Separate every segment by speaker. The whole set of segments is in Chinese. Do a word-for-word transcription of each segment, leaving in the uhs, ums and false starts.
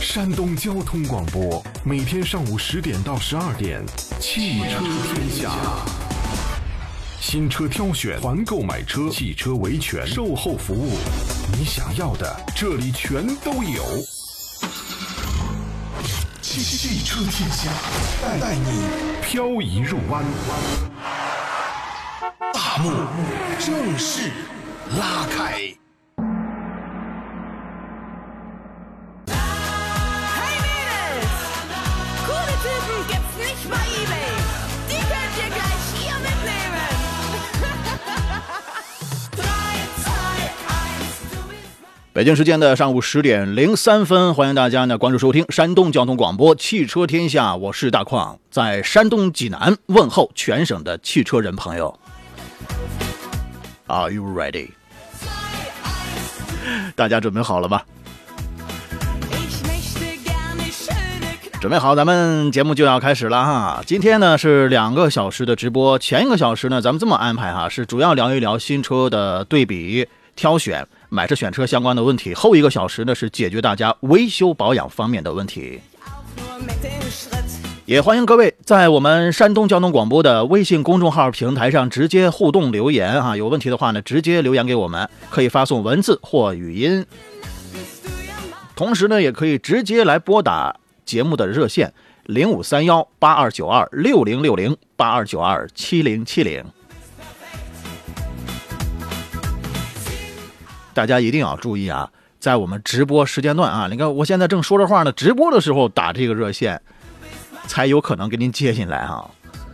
Speaker 1: 山东交通广播，每天上午十点到十二点，汽车天下。新车挑选、团购买车、汽车维权、售后服务，你想要的这里全都有。汽汽车天下，带带你漂移入弯。大幕正式拉开。
Speaker 2: 北京时间的上午十点零三分，欢迎大家呢关注收听山东交通广播汽车天下，我是大矿，在山东济南问候全省的汽车人朋友。Are you ready？ 大家准备好了吗？准备好，咱们节目就要开始了哈。今天呢是两个小时的直播，前一个小时呢咱们这么安排哈，是主要聊一聊新车的对比、挑选、买车选车相关的问题，后一个小时呢是解决大家维修保养方面的问题。也欢迎各位在我们山东交通广播的微信公众号平台上直接互动留言啊，有问题的话呢直接留言给我们，可以发送文字或语音，同时呢也可以直接来拨打节目的热线零五三幺八二九二六零六零八二九二七零七零。大家一定要注意啊，在我们直播时间段啊，你看我现在正说着话呢，直播的时候打这个热线才有可能给您接进来啊。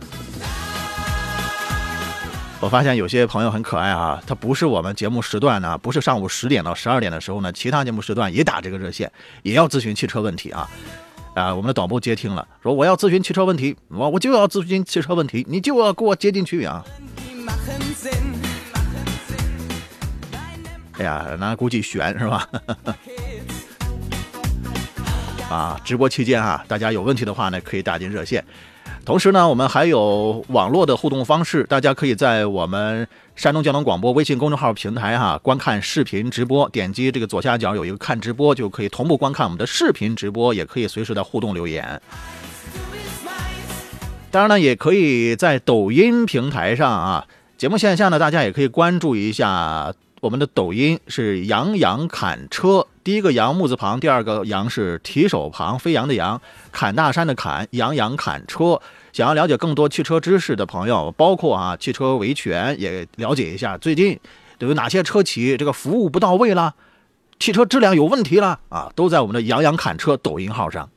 Speaker 2: 我发现有些朋友很可爱啊，他不是我们节目时段呢，不是上午十点到十二点的时候呢，其他节目时段也打这个热线，也要咨询汽车问题啊。啊，我们的导播接听了，说我要咨询汽车问题，我我就要咨询汽车问题，你就要给我接进去啊。哎呀，那估计悬是吧？啊，直播期间啊，大家有问题的话呢，可以打进热线。同时呢，我们还有网络的互动方式，大家可以在我们山东交通广播微信公众号平台哈、啊、观看视频直播，点击这个左下角有一个看直播，就可以同步观看我们的视频直播，也可以随时的互动留言。当然呢，也可以在抖音平台上啊，节目线下呢，大家也可以关注一下。我们的抖音是杨洋侃车，第一个杨木字旁，第二个杨是提手旁，飞扬的扬，侃大山的侃，杨洋侃车。想要了解更多汽车知识的朋友，包括啊汽车维权也了解一下，最近有哪些车企这个服务不到位啦，汽车质量有问题啦啊，都在我们的杨洋侃车抖音号上。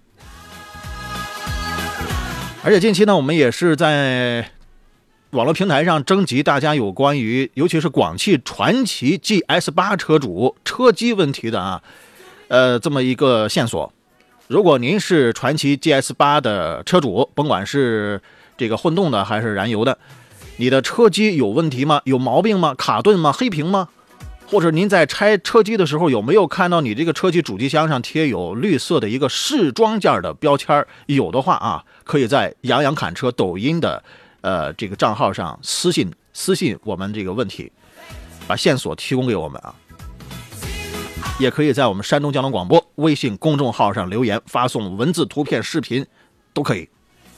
Speaker 2: 而且近期呢，我们也是在网络平台上征集大家有关于尤其是广汽传祺 G S 八 车主车机问题的啊，呃，这么一个线索。如果您是传祺 G S 八 的车主，甭管是这个混动的还是燃油的，你的车机有问题吗？有毛病吗？卡顿吗？黑屏吗？或者您在拆车机的时候有没有看到你这个车机主机箱上贴有绿色的一个试装件的标签？有的话啊，可以在杨洋侃车抖音的呃，这个账号上私信私信我们这个问题，把线索提供给我们啊。也可以在我们山东交通广播微信公众号上留言，发送文字、图片、视频都可以。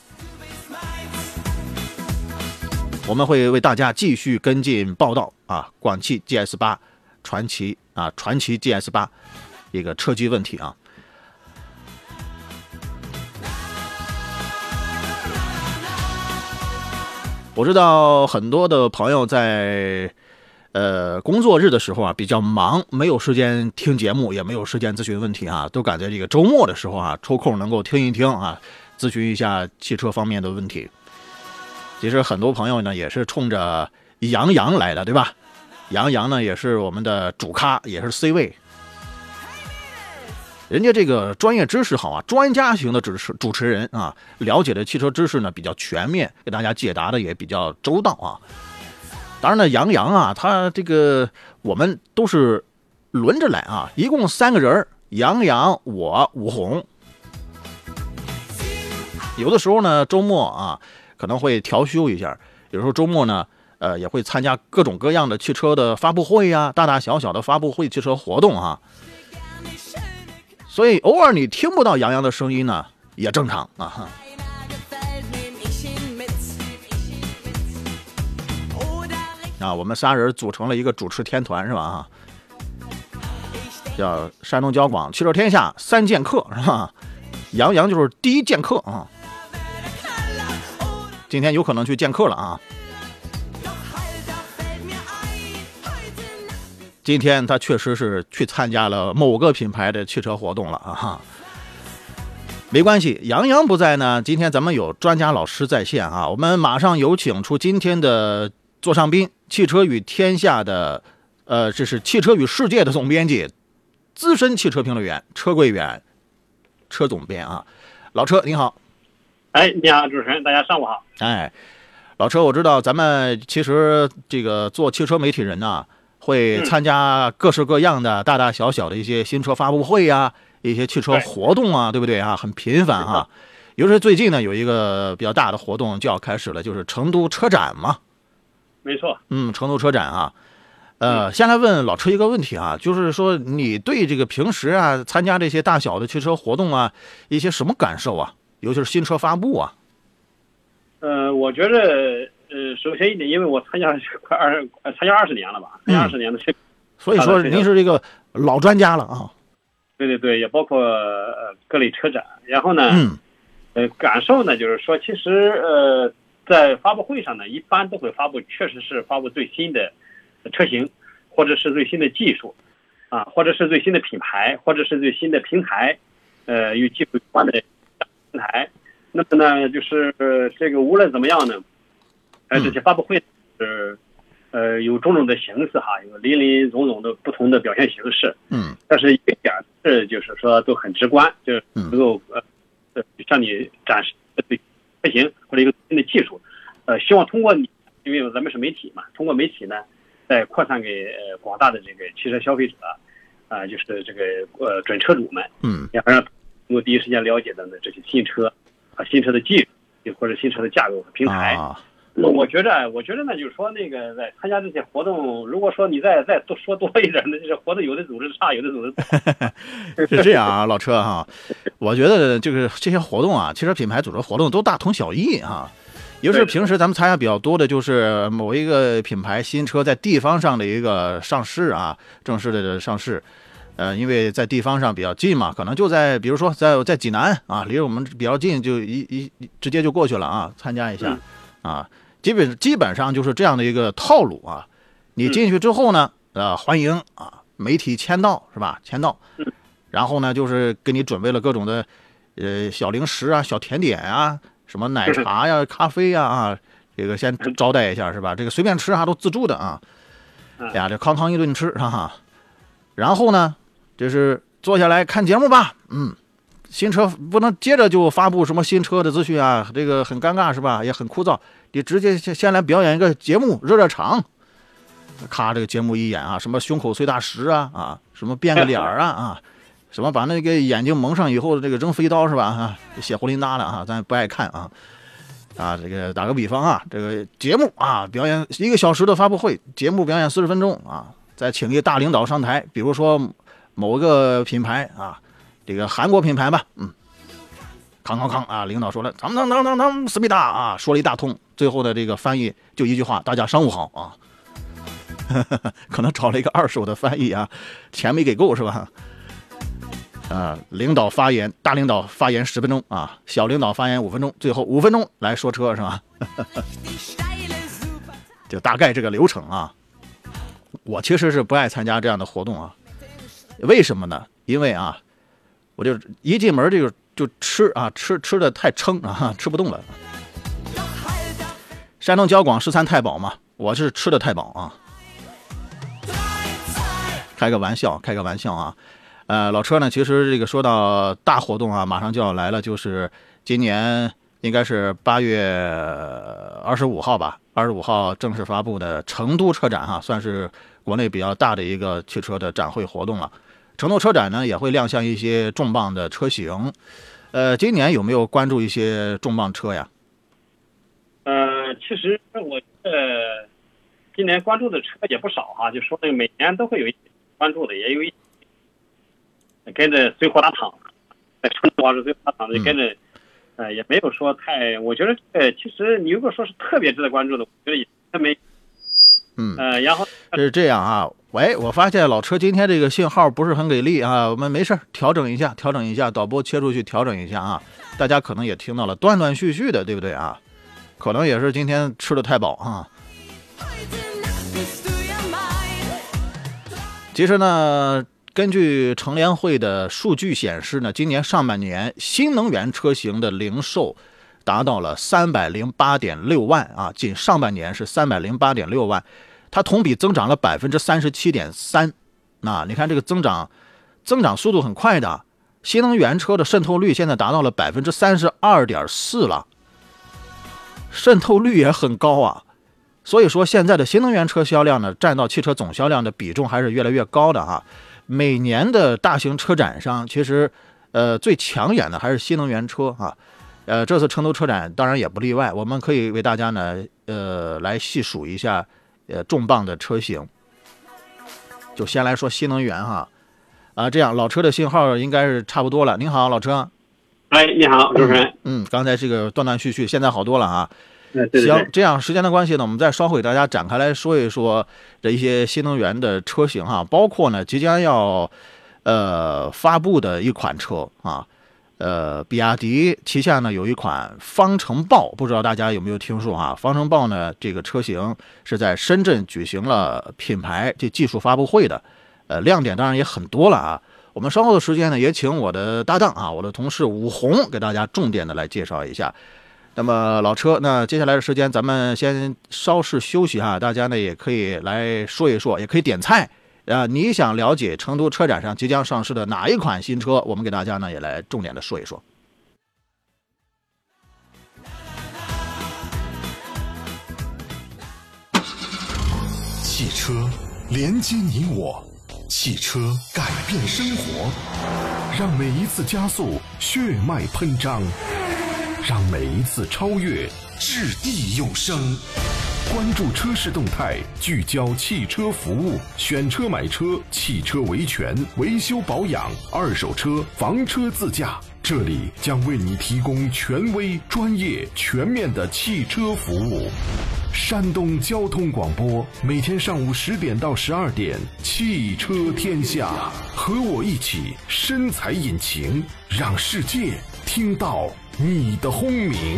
Speaker 2: 我们会为大家继续跟进报道啊，广汽 G S 八、传祺啊，传祺 G S 八一个车机问题啊。我知道很多的朋友在呃工作日的时候啊比较忙，没有时间听节目，也没有时间咨询问题啊，都赶在这个周末的时候啊抽空能够听一听啊，咨询一下汽车方面的问题。其实很多朋友呢也是冲着杨洋来的，对吧？杨洋呢也是我们的主咖，也是 C 位。人家这个专业知识好啊，专家型的主持主持人啊，了解的汽车知识呢比较全面，给大家解答的也比较周到啊。当然呢，杨洋啊，他这个我们都是轮着来啊，一共三个人，杨洋、我、武红。有的时候呢，周末啊可能会调休一下，有时候周末呢，呃，也会参加各种各样的汽车的发布会呀、啊，大大小小的发布会、汽车活动啊。 所以偶尔你听不到杨洋的声音呢，也正常啊哈。啊，我们仨人组成了一个主持天团是吧？哈，叫山东交广汽车天下三剑客是吧？杨洋就是第一剑客啊，今天有可能去剑客了啊。今天他确实是去参加了某个品牌的汽车活动了啊哈。没关系，杨洋不在呢，今天咱们有专家老师在线啊，我们马上有请出今天的座上宾，汽车与天下的呃，这是汽车与世界的总编辑，资深汽车评论员车桂远，车总编啊，老车你好。
Speaker 3: 哎，你好，主持人，大家上午好。
Speaker 2: 哎，老车，我知道咱们其实这个做汽车媒体人呢，会参加各式各样的大大小小的一些新车发布会呀、啊，一些汽车活动啊， 对, 对不对啊？很频繁哈、啊。尤其是最近呢，有一个比较大的活动就要开始了，就是成都车展嘛。
Speaker 3: 没错。
Speaker 2: 嗯，成都车展啊。呃，先来问老车一个问题啊，就是说你对这个平时啊参加这些大小的汽车活动啊，一些什么感受啊？尤其是新车发布啊。
Speaker 3: 呃，我觉得呃，首先一点，因为我参加快二呃参加二十年了吧，参加二十年的这、嗯，
Speaker 2: 所以说您是这个老专家了啊。
Speaker 3: 对对对，也包括呃各类车展。然后呢，
Speaker 2: 嗯，
Speaker 3: 呃，感受呢，就是说，其实呃，在发布会上呢，一般都会发布，确实是发布最新的车型，或者是最新的技术，啊，或者是最新的品牌，或者是最新的平台，呃，与技术有关的平台。那么呢，就是这个无论怎么样呢，呃，这些发布会是呃有种种的形式哈，有林林总总的不同的表现形式。
Speaker 2: 嗯，
Speaker 3: 但是一点是就是说都很直观，就是能够呃呃向你展示对车型或者一个新的技术，呃，希望通过你，因为咱们是媒体嘛，通过媒体呢，再扩散给呃广大的这个汽车消费者，啊、呃，就是这个呃准车主们，
Speaker 2: 嗯，
Speaker 3: 也让通过第一时间了解到呢这些新车。啊，新车的技术或者新车的架构和平台，
Speaker 2: 啊、
Speaker 3: 那我觉得，我觉得呢，就是说那个在参加这些活动，如果说你再再多说多一点呢，这些活动有的组织差，有的组织
Speaker 2: 是这样啊，老车哈，我觉得就是这些活动啊，汽车品牌组织活动都大同小异啊。尤其是平时咱们参加比较多的，就是某一个品牌新车在地方上的一个上市啊，正式的上市。呃，因为在地方上比较近嘛，可能就在比如说在在济南啊，离我们比较近，就一一直接就过去了啊，参加一下啊，基本基本上就是这样的一个套路啊。你进去之后呢，呃，欢迎啊，媒体签到是吧？签到，然后呢，就是给你准备了各种的呃小零食啊、小甜点啊，什么奶茶呀、咖啡呀啊，这个先招待一下是吧？这个随便吃啊，都自助的啊。哎呀，这康康一顿吃哈哈，然后呢？就是坐下来看节目吧，嗯，新车不能接着就发布什么新车的资讯啊，这个很尴尬是吧？也很枯燥，你直接先来表演一个节目热热场，咔，这个节目一演啊，什么胸口碎大石啊啊，什么变个脸啊啊，什么把那个眼睛蒙上以后这个扔飞刀是吧？啊，血呼淋达的啊，咱不爱看啊啊，这个打个比方啊，这个节目啊，表演一个小时的发布会，节目表演四十分钟啊，再请一大领导上台，比如说。某个品牌啊，这个韩国品牌吧，嗯，康康康啊，领导说了，当当当当当，思密达啊，说了一大通，最后的这个翻译就一句话，大家上午好啊，可能找了一个二手的翻译啊，钱没给够是吧？啊，领导发言，大领导发言十分钟啊，小领导发言五分钟，最后五分钟来说车是吧？就大概这个流程啊。我其实是不爱参加这样的活动啊。为什么呢？因为啊，我就一进门就就吃啊，吃吃的太撑啊，吃不动了。山东交广食餐太饱嘛，我是吃的太饱啊。开个玩笑，开个玩笑啊。呃，老车呢，其实这个说到大活动啊，马上就要来了，就是今年应该是八月二十五号吧，二十五号正式发布的成都车展哈、啊，算是国内比较大的一个汽车的展会活动了。成都车展呢也会亮相一些重磅的车型，呃，今年有没有关注一些重磅车呀？
Speaker 3: 呃，其实我觉得今年关注的车也不少哈，就说那个每年都会有一些关注的，也有一跟着随火大厂，在成都是随火大厂的跟着。嗯呃，也没有说太，我觉得呃，其实你如果说是特别值得关注的，我觉得也特没。
Speaker 2: 嗯，
Speaker 3: 呃，然后
Speaker 2: 是这样啊。喂，我发现老车今天这个信号不是很给力啊，我们没事调整一下，调整一下，导播切出去调整一下啊。大家可能也听到了断断续续的，对不对啊？可能也是今天吃的太饱啊。其实呢，根据乘联会的数据显示呢，今年上半年新能源车型的零售达到了三百零八点六万啊，仅上半年是三百零八点六万，它同比增长了百分之三十七点三。那你看这个增长，增长速度很快的，新能源车的渗透率现在达到了百分之三十二点四了，渗透率也很高啊。所以说现在的新能源车销量呢，占到汽车总销量的比重还是越来越高的啊。每年的大型车展上，其实，呃，最抢眼的还是新能源车啊，呃，这次成都车展当然也不例外。我们可以为大家呢，呃，来细数一下，呃，重磅的车型。就先来说新能源哈，啊，这样老车的信号应该是差不多了。您好，老车。
Speaker 3: 哎，你好，主持人。
Speaker 2: 嗯，刚才这个断断续续，现在好多了啊。
Speaker 3: 对对对，
Speaker 2: 行，这样时间的关系呢，我们再稍后给大家展开来说一说这一些新能源的车型哈，包括呢即将要呃发布的一款车啊，呃，比亚迪旗下呢有一款方程豹，不知道大家有没有听说啊？方程豹呢这个车型是在深圳举行了品牌这技术发布会的，呃，亮点当然也很多了啊。我们稍后的时间呢，也请我的搭档啊，我的同事武红给大家重点的来介绍一下。那么老车，那接下来的时间咱们先稍事休息哈，大家呢也可以来说一说，也可以点菜啊。你想了解成都车展上即将上市的哪一款新车，我们给大家呢也来重点的说一说。
Speaker 1: 汽车连接你我，汽车改变生活，让每一次加速血脉喷张，让每一次超越掷地有声。关注车市动态，聚焦汽车服务，选车买车，汽车维权、维修保养、二手车、房车自驾，这里将为你提供权威、专业、全面的汽车服务。山东交通广播，每天上午十点到十二点，汽车天下，和我一起深踩引擎，让世界听到你的轰鸣。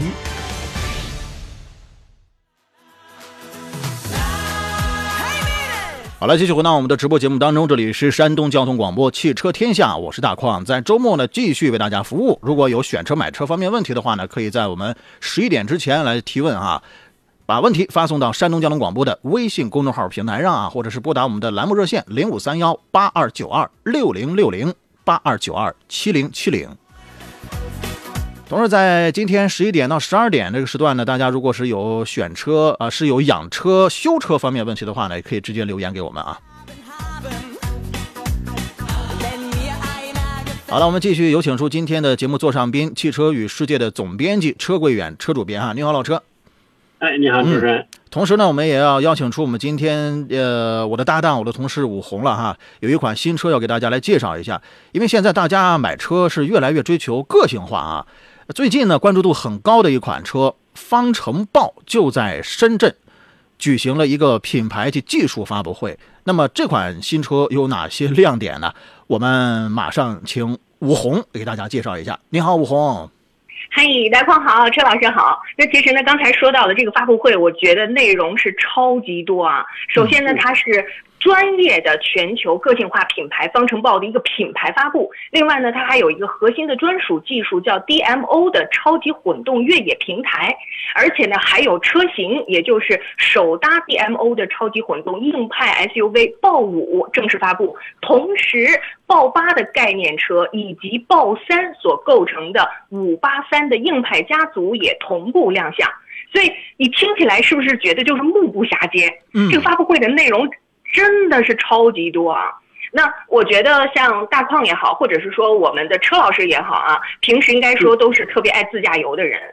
Speaker 2: 好了，继续回到我们的直播节目当中，这里是山东交通广播汽车天下，我是大矿，在周末呢继续为大家服务。如果有选车买车方面问题的话呢，可以在我们十一点之前来提问啊，把问题发送到山东交通广播的微信公众号平台上啊，或者是拨打我们的栏目热线零五三幺八二九二六零六零八二九二七零七零。同时在今天十一点到十二点这个时段呢，大家如果是有选车啊、呃，是有养车、修车方面问题的话呢，也可以直接留言给我们啊。好了，我们继续有请出今天的节目座上宾，汽车与世界的总编辑车桂远车主编啊，你好，老车。
Speaker 3: 哎，你好，主持人、嗯。
Speaker 2: 同时呢，我们也要邀请出我们今天呃我的搭档，我的同事武红了哈，有一款新车要给大家来介绍一下，因为现在大家买车是越来越追求个性化啊。最近呢，关注度很高的一款车方程豹就在深圳举行了一个品牌及技术发布会。那么这款新车有哪些亮点呢？我们马上请武红给大家介绍一下。你好，武红。
Speaker 4: 嗨，大矿好，车老师好。那其实呢，刚才说到的这个发布会，我觉得内容是超级多啊。首先呢，它是专业的全球个性化品牌方程豹的一个品牌发布。另外呢，它还有一个核心的专属技术叫 D M O 的超级混动越野平台，而且呢还有车型，也就是首搭 D M O 的超级混动硬派 S U V 豹五正式发布，同时豹八的概念车以及豹三所构成的五八三的硬派家族也同步亮相。所以你听起来是不是觉得就是目不暇接？嗯，这个发布会的内容真的是超级多啊！那我觉得像大矿也好，或者是说我们的车老师也好啊，平时应该说都是特别爱自驾游的人。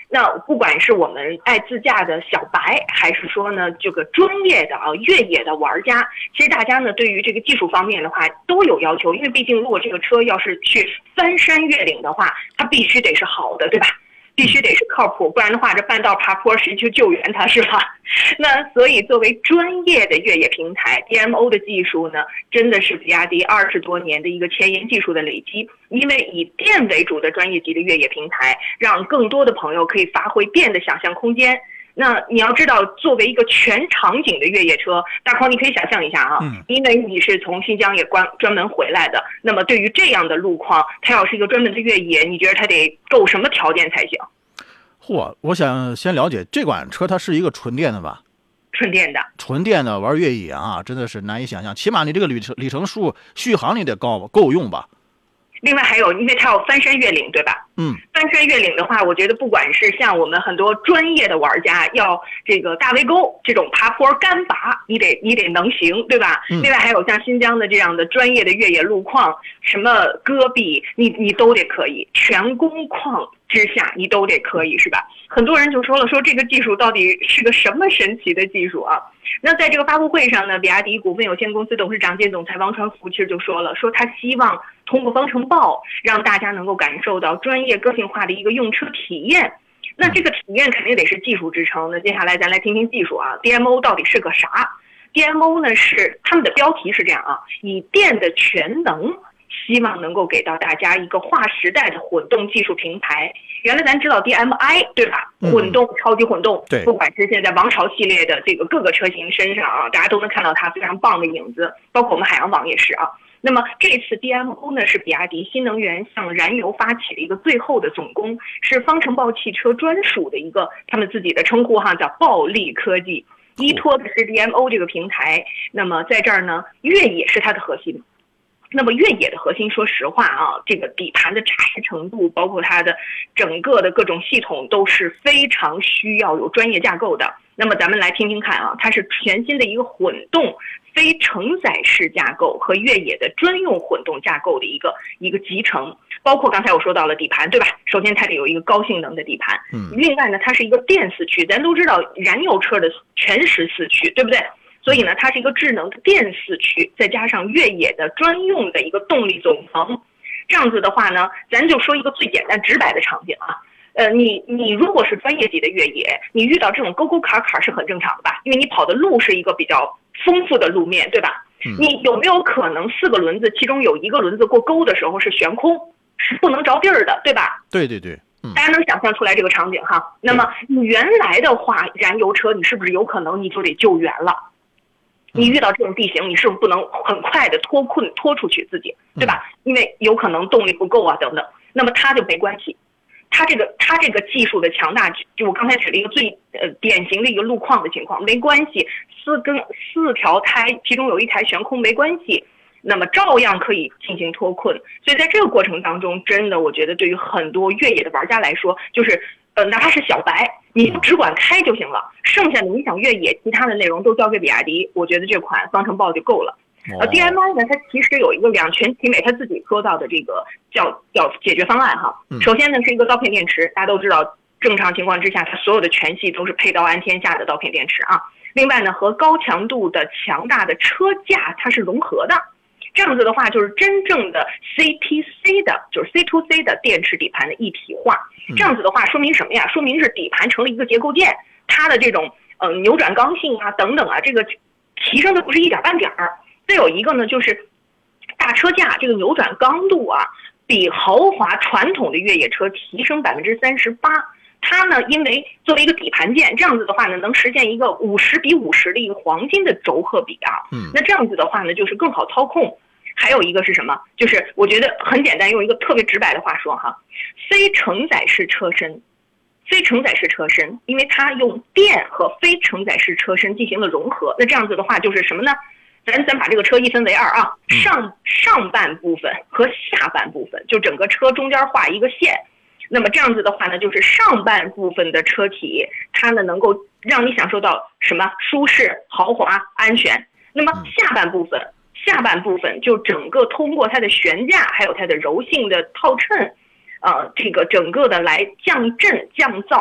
Speaker 4: 那不管是我们爱自驾的小白，还是说呢这个专业的啊越野的玩家，其实大家呢对于这个技术方面的话都有要求，因为毕竟如果这个车要是去翻山越岭的话，它必须得是好的，对吧？必须得是靠谱，不然的话这半道爬坡谁去救援它，是吧？那所以作为专业的越野平台 D M O 的技术呢，真的是比亚迪二十多年的一个前沿技术的累积。因为以电为主的专业级的越野平台，让更多的朋友可以发挥电的想象空间。那你要知道，作为一个全场景的越野车，大匡，你可以想象一下啊，嗯、因为你是从新疆也关专门回来的，那么对于这样的路况，它要是一个专门的越野，你觉得它得够什么条件才行？
Speaker 2: 嚯，我想先了解这款车，它是一个纯电的吧？
Speaker 4: 纯电的，
Speaker 2: 纯电的玩越野啊，真的是难以想象。起码你这个里程里程数续航你得高够用吧？
Speaker 4: 另外还有，因为它要翻山越岭，对吧？
Speaker 2: 嗯，
Speaker 4: 翻山越岭的话，我觉得不管是像我们很多专业的玩家，要这个大围沟这种爬坡干拔，你得你得能行，对吧？嗯、另外还有像新疆的这样的专业的越野路况，什么戈壁，你你都得可以，全工况之下你都得可以，是吧？很多人就说了，说这个技术到底是个什么神奇的技术啊？那在这个发布会上呢，比亚迪股份有限公司董事长兼总裁王传福其实就说了，说他希望通过方程豹让大家能够感受到专业个性化的一个用车体验。那这个体验肯定得是技术支撑。那接下来咱来听听技术啊 ，D M O 到底是个啥 ？D M O 呢是他们的标题是这样啊，以电的全能，希望能够给到大家一个划时代的混动技术平台。原来咱知道 D M I 对吧？混动、超级混动，
Speaker 2: 对，
Speaker 4: 不管是现在王朝系列的这个各个车型身上啊，大家都能看到它非常棒的影子，包括我们海洋网也是啊。那么这次 D M O 呢是比亚迪新能源向燃油发起的一个最后的总攻，是方程豹汽车专属的一个他们自己的称呼哈，叫暴力科技，依托的是 D M O 这个平台。那么在这儿呢，越野是它的核心。那么越野的核心，说实话啊，这个底盘的扎实程度，包括它的整个的各种系统都是非常需要有专业架构的。那么咱们来听听看啊，它是全新的一个混动非承载式架构和越野的专用混动架构的一个一个集成。包括刚才我说到了底盘，对吧？首先它得有一个高性能的底盘，嗯，另外呢，它是一个电四驱，咱都知道燃油车的全时四驱，对不对？所以呢，它是一个智能的电四驱，再加上越野的专用的一个动力总成，这样子的话呢，咱就说一个最简单直白的场景啊，呃，你你如果是专业级的越野，你遇到这种沟沟坎坎是很正常的吧？因为你跑的路是一个比较丰富的路面，对吧？嗯、你有没有可能四个轮子，其中有一个轮子过沟的时候是悬空，是不能着地儿的，对吧？
Speaker 2: 对对对。
Speaker 4: 大家能想象出来这个场景哈？那么你原来的话，燃油车你是不是有可能你就得救援了？你遇到这种地形，你是不是不能很快的脱困脱出去自己，对吧？因为有可能动力不够啊等等。那么它就没关系，它这个它这个技术的强大，就我刚才举了一个最呃典型的一个路况的情况，没关系，四根四条胎，其中有一台悬空没关系，那么照样可以进行脱困。所以在这个过程当中，真的我觉得对于很多越野的玩家来说，就是呃哪怕是小白，你只管开就行了，剩下的你想越野，其他的内容都交给比亚迪，我觉得这款方程豹就够了。呃 ，D M I 呢，它其实有一个两全其美，它自己说到的这个叫叫解决方案哈。首先呢是一个刀片电池，大家都知道，正常情况之下，它所有的全系都是配刀安天下的刀片电池啊。另外呢，和高强度的强大的车架它是融合的，这样子的话就是真正的 C T C 的，就是 C to C 的电池底盘的一体化。这样子的话说明什么呀？说明是底盘成了一个结构件，它的这种嗯、呃、扭转刚性啊等等啊，这个提升的不是一点半点儿。再有一个呢，就是大车架这个扭转刚度啊，比豪华传统的越野车提升百分之三十八。它呢，因为作为一个底盘件，这样子的话呢，能实现一个五十比五十的一个黄金的轴荷比啊。嗯，那这样子的话呢，就是更好操控。还有一个是什么？就是我觉得很简单，用一个特别直白的话说哈，非承载式车身。非承载式车身，因为它用电和非承载式车身进行了融合，那这样子的话就是什么呢？咱咱把这个车一分为二啊，上上半部分和下半部分，就整个车中间画一个线。那么这样子的话呢，就是上半部分的车体，它呢能够让你享受到什么舒适、豪华、安全。那么下半部分，下半部分就整个通过它的悬架，还有它的柔性的套衬。呃，这个整个的来降震降噪，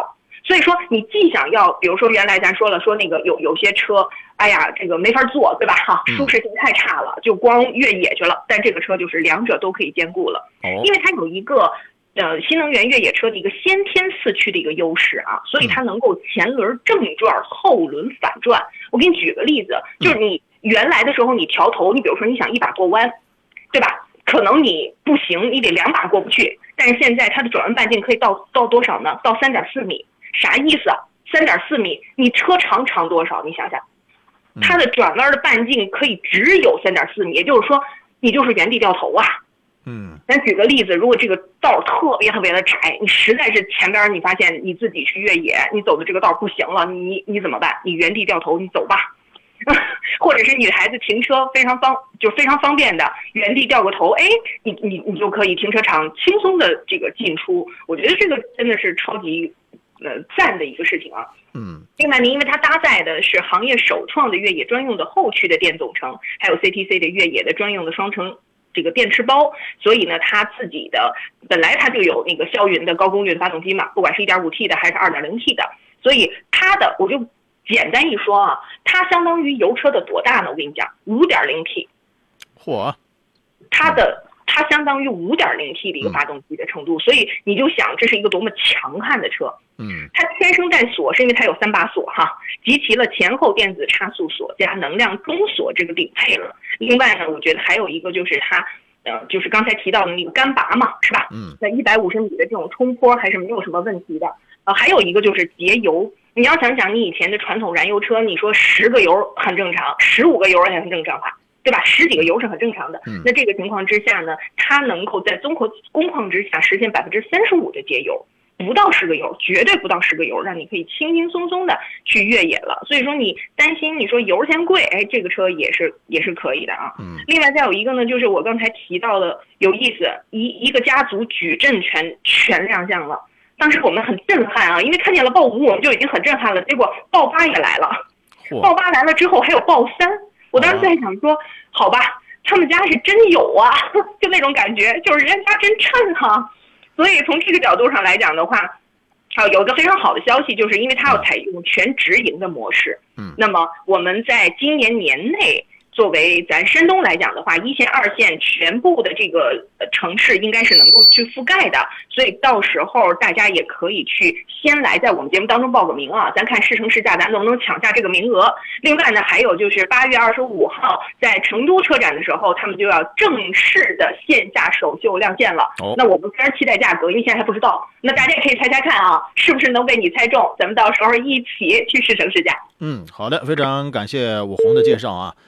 Speaker 4: 所以说，你既想要，比如说原来咱说了，说那个有有些车，哎呀，这个没法坐，对吧？哈，舒适性太差了，就光越野去了。但这个车就是两者都可以兼顾了，因为它有一个呃新能源越野车的一个先天四驱的一个优势啊，所以它能够前轮正转，后轮反转。我给你举个例子，就是你原来的时候你调头，你比如说你想一把过弯，对吧？可能你不行，你得两把过不去。但是现在它的转弯半径可以到到多少呢？到三点四米。啥意思啊？三点四米，你车长长多少？你想想，它的转弯的半径可以只有三点四米，也就是说，你就是原地掉头啊。
Speaker 2: 嗯，
Speaker 4: 咱举个例子，如果这个道特别特别的窄，你实在是前边你发现你自己去越野，你走的这个道不行了，你你怎么办？你原地掉头，你走吧。或者是女孩子停车非常方，就非常方便的，原地掉个头，哎，你你你就可以停车场轻松的这个进出。我觉得这个真的是超级。呃，赞的一个事情啊，
Speaker 2: 嗯，
Speaker 4: 另外呢，因为它搭载的是行业首创的越野专用的后驱的电总成，还有 C T C 的越野的专用的双层这个电池包，所以呢，它自己的本来它就有那个霄云的高功率的发动机嘛，不管是 一点五 T 的还是 二点零 T 的，所以它的我就简单一说啊，它相当于油车的多大呢？我跟你讲 ，五点零 T，
Speaker 2: 嚯，
Speaker 4: 它的。它相当于 五点零 T 的一个发动机的程度，所以你就想这是一个多么强悍的车。
Speaker 2: 嗯，
Speaker 4: 它天生带锁是因为它有三把锁哈，集齐了前后电子差速锁加能量中锁这个顶配了。另外呢，我觉得还有一个就是它，呃，就是刚才提到的那个干拔嘛，是吧？
Speaker 2: 嗯，
Speaker 4: 在一百五十米的这种冲坡还是没有什么问题的。呃，还有一个就是节油。你要想想你以前的传统燃油车，你说十个油很正常，十五个油也很正常吧？对吧？十几个油是很正常的。
Speaker 2: 嗯，
Speaker 4: 那这个情况之下呢，它能够在综合工况之下实现百分之三十五的节油，不到十个油，绝对不到十个油，让你可以轻轻松松的去越野了。所以说你担心你说油钱贵，哎，这个车也是也是可以的啊。
Speaker 2: 嗯。
Speaker 4: 另外再有一个呢，就是我刚才提到的有意思，一一个家族矩阵全全亮相了。当时我们很震撼啊，因为看见了豹五，我们就已经很震撼了，结果豹八也来了。豹八来了之后还有豹三。我当时在想说，好吧，他们家是真有啊，就那种感觉，就是人家真趁哈。所以从这个角度上来讲的话，啊，有一个非常好的消息，就是因为它要采用全直营的模式。
Speaker 2: 嗯，
Speaker 4: 那么我们在今年年内，作为咱山东来讲的话，一线、二线全部的这个城市应该是能够去覆盖的，所以到时候大家也可以去先来在我们节目当中报个名啊，咱看试乘试驾咱能不能抢下这个名额。另外呢，还有就是八月二十五号在成都车展的时候，他们就要正式的线下首秀亮相了。
Speaker 2: 哦，
Speaker 4: 那我们非常期待价格，因为现在还不知道，那大家也可以猜猜看啊，是不是能被你猜中？咱们到时候一起去试乘试驾。
Speaker 2: 嗯，好的，非常感谢武红的介绍啊。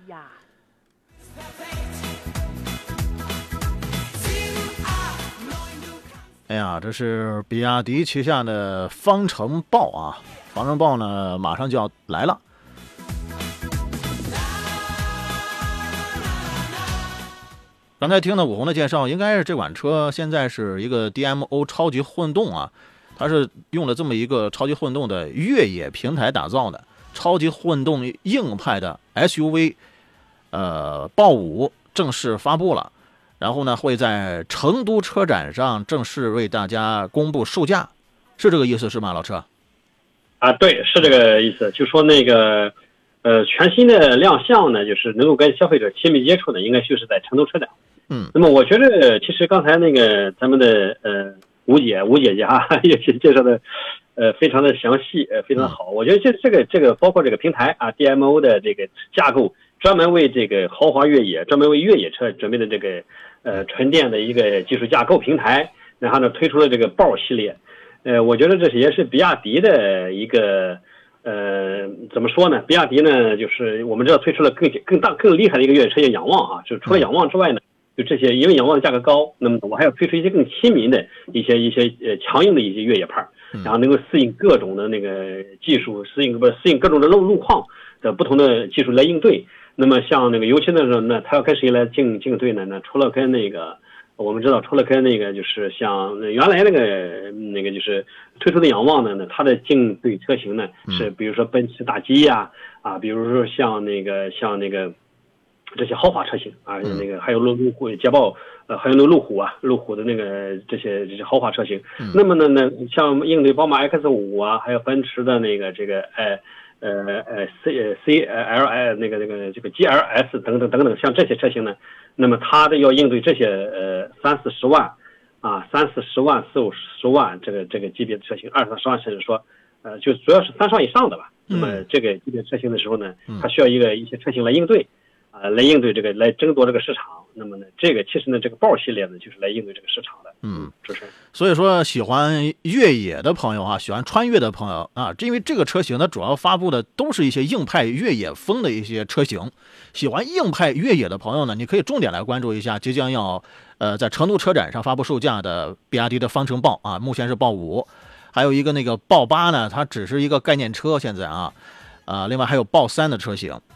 Speaker 2: 哎呀，这是比亚迪旗下的方程豹啊，方程豹呢马上就要来了。刚才听到武红的介绍，应该是这款车现在是一个 D M O 超级混动啊，它是用了这么一个超级混动的越野平台打造的，超级混动硬派的 S U V， 呃，豹五正式发布了。然后呢，会在成都车展上正式为大家公布售价，是这个意思是吗，老车？
Speaker 3: 啊，对，是这个意思。就说那个，呃，全新的亮相呢，就是能够跟消费者亲密接触的，应该就是在成都车展。
Speaker 2: 嗯。
Speaker 3: 那么我觉得，其实刚才那个咱们的呃吴姐吴姐姐哈，也是介绍的，呃，非常的详细，呃，非常好。我觉得这这个这个包括这个平台啊 ，D M O 的这个架构，专门为这个豪华越野，专门为越野车准备的这个。呃，纯电的一个技术架构平台，然后呢推出了这个豹系列，呃，我觉得这也是比亚迪的一个呃怎么说呢？比亚迪呢，就是我们知道推出了更更大更厉害的一个越野车叫仰望啊，就除了仰望之外呢，就这些，因为仰望的价格高，那么我还要推出一些更亲民的一些一些呃强硬的一些越野派，然后能够适应各种的那个技术，适应不适应各种的路路况的不同的技术来应对。那么像那个尤其的时候呢，他要跟谁来竞竞对呢？那除了跟那个我们知道，除了跟那个就是像原来那个那个就是推出的仰望呢，那它的竞对车型呢是比如说奔驰大 G 呀啊，比如说像那个像那个这些豪华车型啊，那个还有路路虎、捷豹，呃，还有那个路虎啊，路虎的那个这些这些豪华车型。嗯、那么呢，呢，像应对宝马 X 五啊，还有奔驰的那个这个呃呃呃 C C L I 那个那个这个 G L S 等等等等，像这些车型呢，那么它的要应对这些呃三四十万啊，三四十万、四五十万这个这个级别的车型，二三十万甚至说呃就主要是三十万以上的吧。那么这个级别车型的时候呢，它需要一个一些车型来应对。啊，来应对这个，来争夺这个市场。那么呢，这个其实呢，这个豹系列呢，就是来应对这个市场的。
Speaker 2: 嗯，
Speaker 3: 主持人。
Speaker 2: 所以说，喜欢越野的朋友啊，喜欢穿越的朋友啊，因为这个车型呢，主要发布的都是一些硬派越野风的一些车型。喜欢硬派越野的朋友呢，你可以重点来关注一下即将要呃在成都车展上发布售价的比亚迪的方程豹啊，目前是豹五，还有一个那个豹八呢，它只是一个概念车，现在啊啊，另外还有豹三的车型。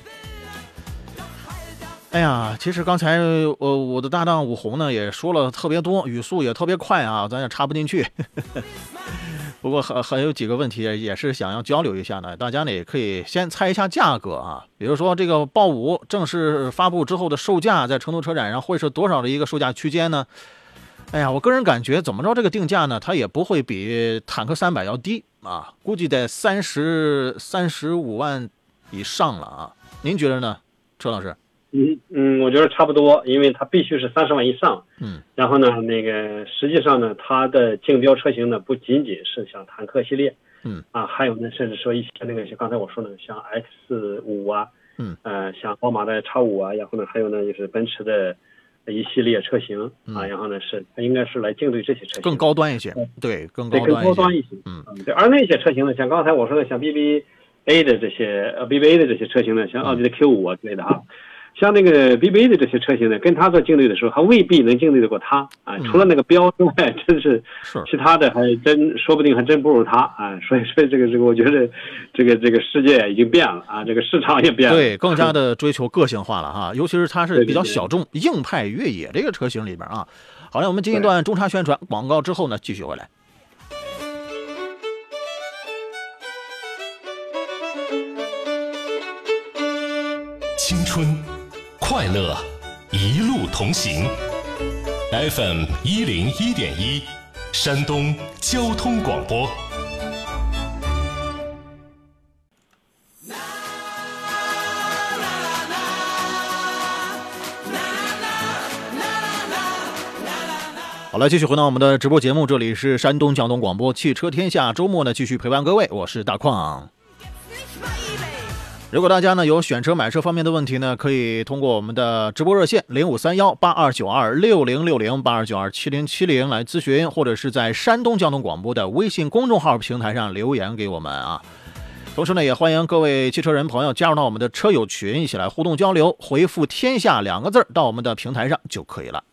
Speaker 2: 哎呀，其实刚才我、呃、我的搭档武红呢也说了特别多，语速也特别快啊，咱也插不进去。不过还还有几个问题也是想要交流一下呢，大家呢也可以先猜一下价格啊，比如说这个豹五正式发布之后的售价，在成都车展上会是多少的一个售价区间呢？哎呀，我个人感觉怎么着这个定价呢，它也不会比坦克三百要低啊，估计得三十三十五万以上了啊。您觉得呢，车老师？
Speaker 3: 嗯嗯，我觉得差不多，因为它必须是三十万以上。
Speaker 2: 嗯，然
Speaker 3: 后呢，那个实际上呢，它的竞标车型呢，不仅仅是像坦克系列，
Speaker 2: 嗯
Speaker 3: 啊，还有呢，甚至说一些那个像刚才我说的，像 X 五啊，
Speaker 2: 嗯，
Speaker 3: 呃，像宝马的 X 五啊，然后呢，还有呢，就是奔驰的一系列车型啊，然后呢是它应该是来竞对这些车型，
Speaker 2: 更高端一些，对，更高端
Speaker 3: 更高端一些，
Speaker 2: 嗯，
Speaker 3: 对，而那些车型呢，像刚才我说的，像 B B A 的这些呃 B B A 的这些车型呢，像奥迪的 Q 五啊之类的啊。像那个 B B A 的这些车型呢，跟它做竞对的时候，还未必能竞对得过它啊。除了那个标之外，真是其他的还真说不定还真不如它啊。所以，所以这个这个，我觉得这个这个世界已经变了啊，这个市场也变了，
Speaker 2: 对，更加的追求个性化了哈。尤其是它是比较小众硬派越野这个车型里边啊。好了，我们进一段中插宣传广告之后呢，继续回来。
Speaker 5: 青春快乐一路同行 F M 一零一点一山东交通广播。
Speaker 2: 好了，继续回到我们的直播节目，这里是山东交通广播汽车天下，周末呢继续陪伴各位，我是大矿。如果大家呢有选车买车方面的问题呢，可以通过我们的直播热线零五三幺八二九二六零六零八二九二七零七零来咨询，或者是在山东交通广播的微信公众号平台上留言给我们啊。同时呢，也欢迎各位汽车人朋友加入到我们的车友群，一起来互动交流，回复天下两个字到我们的平台上就可以了。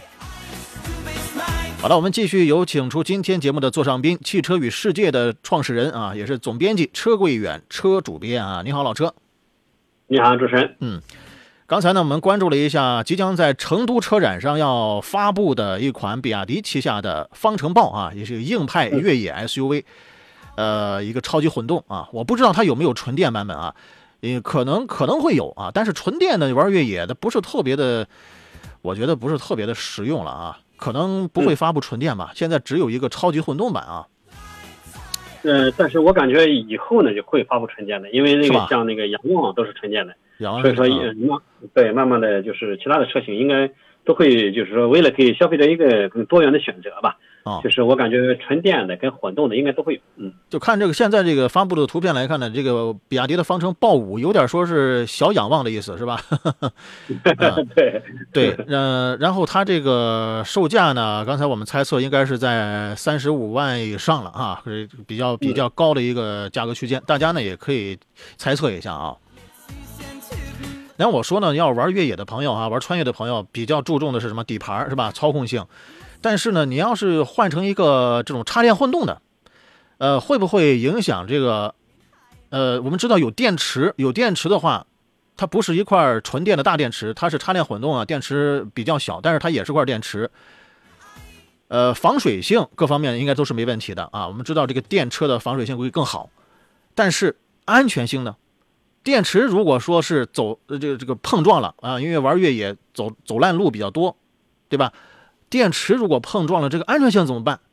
Speaker 2: 好的，我们继续有请出今天节目的座上宾，汽车与世界的创始人啊，也是总编辑车贵远车主编啊。你好，老车。
Speaker 3: 你好，主持人。
Speaker 2: 嗯，刚才呢，我们关注了一下即将在成都车展上要发布的一款比亚迪旗下的方程豹啊，也是硬派越野 S U V，、嗯、呃，一个超级混动啊。我不知道它有没有纯电版本啊，也可能可能会有啊，但是纯电的玩越野的不是特别的，我觉得不是特别的实用了啊。可能不会发布纯电吧、嗯、现在只有一个超级混动版啊。
Speaker 3: 呃，但是我感觉以后呢就会发布纯电的，因为那个像那个仰望都是纯电的，所以说慢、嗯、对慢慢的就是其他的车型应该都会就是说为了给消费者一个更多元的选择吧。哦、就是我感觉纯电的跟混动的应该都会有，嗯，
Speaker 2: 就看这个现在这个发布的图片来看呢，这个比亚迪的方程豹五有点说是小仰望的意思，是吧？
Speaker 3: 嗯、对
Speaker 2: 对，呃，然后它这个售价呢，刚才我们猜测应该是在三十五万以上了啊，是比较比较高的一个价格区间，大家呢也可以猜测一下啊。然后我说呢，要玩越野的朋友啊，玩穿越的朋友比较注重的是什么？底盘是吧？操控性。但是呢，你要是换成一个这种插电混动的，呃，会不会影响这个？呃，我们知道有电池，有电池的话，它不是一块纯电的大电池，它是插电混动啊，电池比较小，但是它也是块电池。呃，防水性各方面应该都是没问题的啊。我们知道这个电车的防水性会更好，但是安全性呢？ 电池如果说是走呃这个这个碰撞了啊，因为玩越野走走烂路比较多，对吧？电池如果碰撞了，这个安全性怎么办？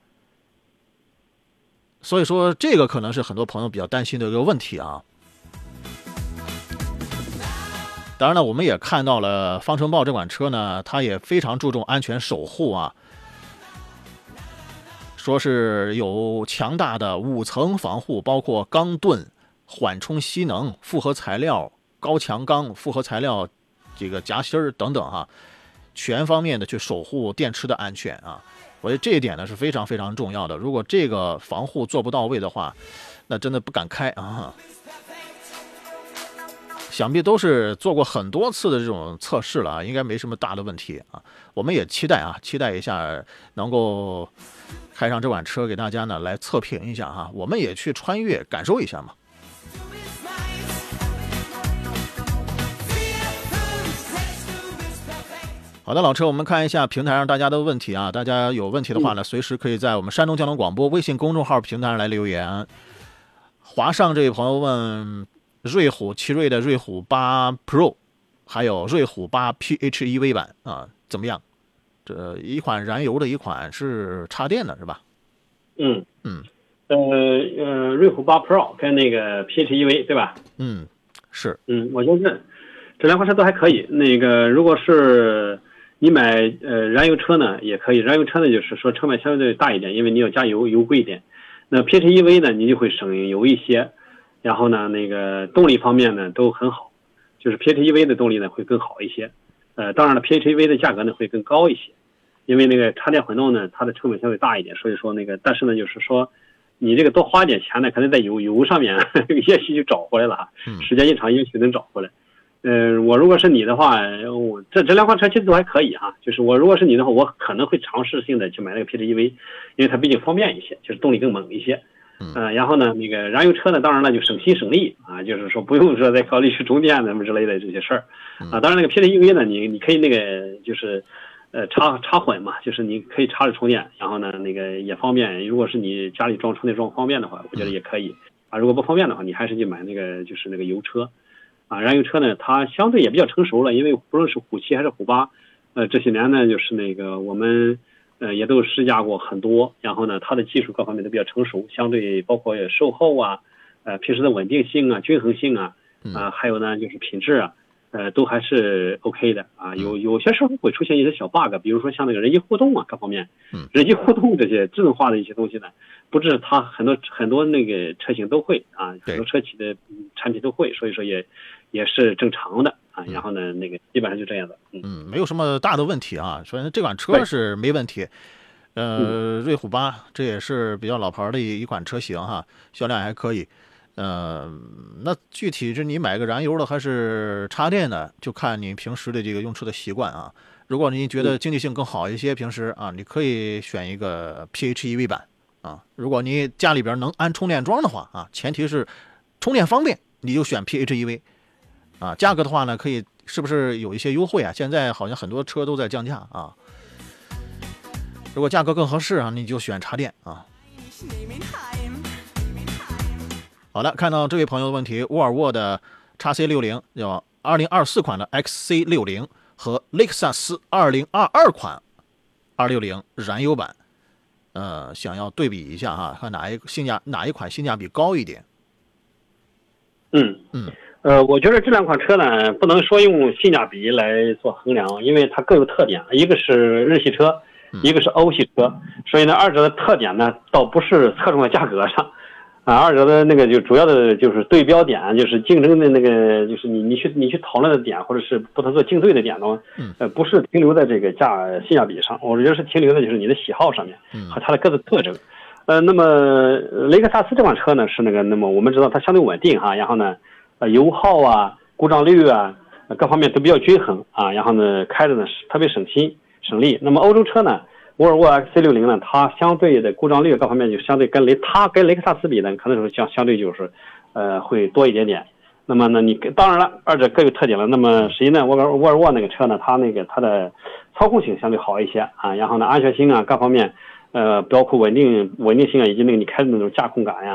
Speaker 2: 所以说这个可能是很多朋友比较担心的一个问题啊。当然了，我们也看到了方程豹这款车呢，它也非常注重安全守护啊，说是有强大的五层防护，包括钢盾、缓冲吸能、复合材料、高强钢、复合材料这个夹心儿等等哈、啊，全方面的去守护电池的安全啊。我觉得这一点呢是非常非常重要的。如果这个防护做不到位的话，那真的不敢开啊。想必都是做过很多次的这种测试了啊，应该没什么大的问题啊。我们也期待啊，期待一下能够开上这款车给大家呢来测评一下哈，我们也去穿越感受一下嘛。好的，老车，我们看一下平台上大家的问题啊，大家有问题的话呢，随时可以在我们山东交通广播微信公众号平台上来留言。华上这位朋友问，瑞虎奇瑞的瑞虎八 Pro 还有瑞虎八 P H E V 版啊怎么样？这一款燃油的，一款是插电的，是吧？
Speaker 3: 嗯
Speaker 2: 嗯，
Speaker 3: 呃呃，瑞虎八 Pro 跟那个 P H E V 对吧？
Speaker 2: 嗯，是。
Speaker 3: 嗯，我觉得这这两款车都还可以。那个如果是你买呃燃油车呢，也可以。燃油车呢，就是说成本相对大一点，因为你要加油，油贵一点。那 P H E V 呢，你就会省油一些。然后呢，那个动力方面呢都很好，就是 P H E V 的动力呢会更好一些。呃，当然了 ，P H E V 的价格呢会更高一些，因为那个插电混动呢，它的成本相对大一点，所以说那个，但是呢，就是说，你这个多花点钱呢，可能在油油上面也许就找回来了哈，时间一长也许能找回来。呃，我如果是你的话，我这这两款车其实都还可以哈，就是我如果是你的话，我可能会尝试性的去买那个 P H E V， 因为它毕竟方便一些，就是动力更猛一些。呃，然后呢，那个燃油车呢，当然了就省心省力啊，就是说不用说再考虑去充电什么之类的这些事儿啊。当然那个 P H E V 呢，你你可以那个就是呃插插混嘛，就是你可以插着充电，然后呢那个也方便。如果是你家里装充电桩方便的话，我觉得也可以啊。如果不方便的话，你还是去买那个就是那个油车啊。燃油车呢，它相对也比较成熟了，因为不论是虎七还是虎八，呃这些年呢就是那个我们。呃，也都试驾过很多，然后呢，它的技术各方面都比较成熟，相对包括售后啊，呃，平时的稳定性啊、均衡性啊，啊、呃，还有呢就是品质啊，呃，都还是 OK 的啊。有有些时候会出现一些小 bug， 比如说像那个人机互动啊，各方面，人机互动这些自动化的一些东西呢，不是它很多很多那个车型都会啊，很多车企的产品都会，所以说也也是正常的。啊，然后呢，那个基本上就这样的，
Speaker 2: 嗯，嗯没有什么大的问题啊。首先这款车是没问题，呃，嗯、瑞虎八这也是比较老牌的一一款车型哈，销量还可以。呃，那具体是你买个燃油的还是插电的，就看你平时的这个用车的习惯啊。如果你觉得经济性更好一些，平时啊，你可以选一个 P H E V 版啊。如果你家里边能安充电桩的话啊，前提是充电方便，你就选 P H E V。啊，价格的话呢，可以是不是有一些优惠啊？现在好像很多车都在降价啊。如果价格更合适啊，你就选插电啊。好的，看到这位朋友的问题，沃尔沃的 X C 六十叫二零二四款的 X C 六十和雷克萨斯二零二二款二六零燃油版，呃，想要对比一下哈，看哪一性价哪一款性价比高一点？
Speaker 3: 嗯
Speaker 2: 嗯。
Speaker 3: 呃，我觉得这两款车呢，不能说用性价比来做衡量，因为它各有特点，一个是日系车，一个是欧系车，所以呢，二者的特点呢，倒不是侧重在价格上，啊，二者的那个就主要的就是对标点，就是竞争的那个，就是你你去你去讨论的点，或者是不能做竞对的点呢，呃，不是停留在这个价性价比上，我觉得是停留在就是你的喜好上面和它的各自特征。呃，那么雷克萨斯这款车呢，是那个，那么我们知道它相对稳定哈，然后呢。呃，油耗啊，故障率啊，各方面都比较均衡啊。然后呢，开着呢特别省心省力。那么欧洲车呢，沃尔沃 X C 六十 呢，它相对的故障率各方面就相对跟雷它跟雷克萨斯比呢，可能是相相对就是呃会多一点点。那么呢，你当然了，二者各有特点了。那么实际呢，沃尔沃尔沃那个车呢，它那个它的操控性相对好一些啊。然后呢，安全性啊各方面，呃，包括稳定稳定性啊，以及那个你开的那种驾控感呀。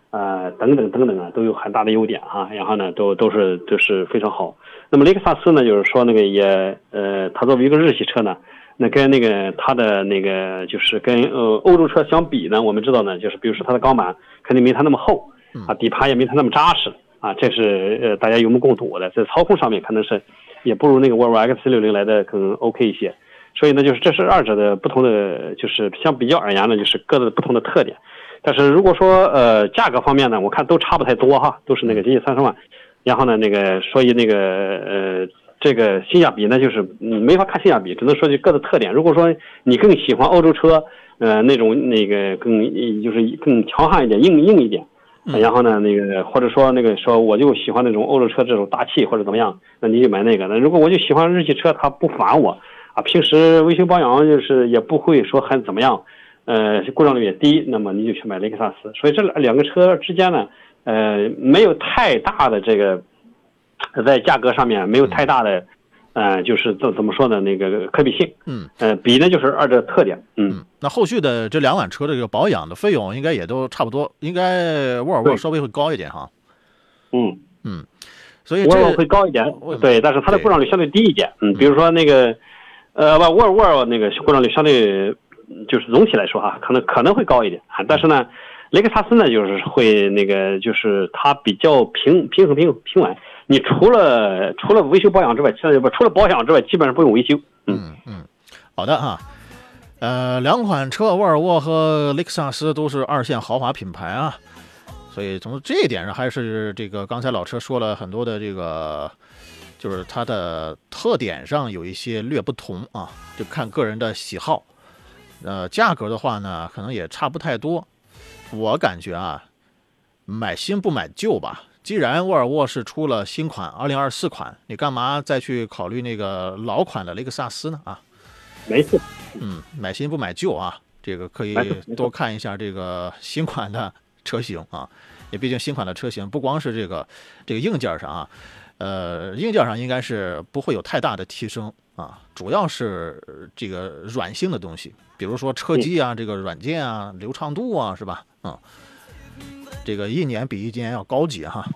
Speaker 3: 呃等等等等啊，都有很大的优点啊，然后呢都都是都是非常好。那么雷克萨斯呢，就是说那个也呃，它作为一个日系车呢，那跟那个它的那个就是跟呃欧洲车相比呢，我们知道呢，就是比如说它的钢板肯定没它那么厚啊，底盘也没它那么扎实啊，这是呃大家有目共睹的。在操控上面可能是也不如那个沃尔沃 X 六十 来的更 OK 一些。所以呢，就是这是二者的不同的，就是相比较而言呢，就是各自不同的特点。但是如果说呃价格方面呢，我看都差不太多哈，都是那个接近三十万。然后呢，那个所以那个呃这个性价比呢，就是嗯没法看性价比，只能说就各自特点。如果说你更喜欢欧洲车，呃那种那个更就是更强悍一点、硬硬一点，然后呢那个或者说那个说我就喜欢那种欧洲车这种大气或者怎么样，那你就买那个。那如果我就喜欢日系车，它不烦我。啊，平时维修保养就是也不会说很怎么样，呃，故障率也低，那么你就去买雷克萨斯。所以这两个车之间呢，呃，没有太大的这个，在价格上面没有太大的，呃，就是怎怎么说呢，那个可比性。嗯。呃，比呢就是二者特点。嗯。
Speaker 2: 嗯那后续的这两款车的这个保养的费用应该也都差不多，应该沃尔沃稍微会高一点哈。
Speaker 3: 嗯
Speaker 2: 嗯。所以
Speaker 3: 沃尔沃会高一点，对，但是它的故障率相对低一点。嗯，比如说那个。呃，沃尔沃那个故障率相对，就是总体来说哈，可能可能会高一点啊。但是呢，雷克萨斯呢，就是会那个，就是它比较平平衡平平稳。你除了除了维修保养之外，其他不除了保养之外，基本上不用维修。
Speaker 2: 嗯嗯，好的哈。呃，两款车，沃尔沃和雷克萨斯都是二线豪华品牌啊，所以从这一点上，还是这个刚才老车说了很多的这个。就是它的特点上有一些略不同啊，就看个人的喜好。呃，价格的话呢，可能也差不太多。我感觉啊，买新不买旧吧。既然沃尔沃是出了新款二零二四款，你干嘛再去考虑那个老款的雷克萨斯呢？啊，
Speaker 3: 没错。
Speaker 2: 嗯，买新不买旧啊，这个可以多看一下这个新款的车型啊。也毕竟新款的车型不光是这个这个硬件上啊。呃，硬件上应该是不会有太大的提升啊，主要是这个软性的东西，比如说车机啊，这个软件啊，流畅度啊，是吧？嗯，这个一年比一年要高级哈。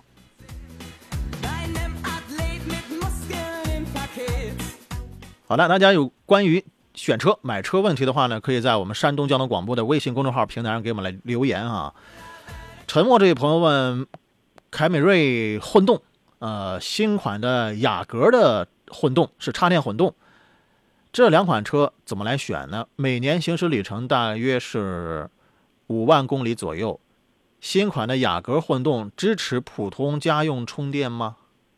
Speaker 2: 好的，大家有关于选车、买车问题的话呢，可以在我们山东交通广播的微信公众号平台上给我们来留言啊。沉默这位朋友问，凯美瑞混动。呃，新款的雅阁的混动是插电混动，这两款车怎么来选呢？每年行驶里程大约是五万公里左右。新款的雅阁混动支持普通家用充电吗？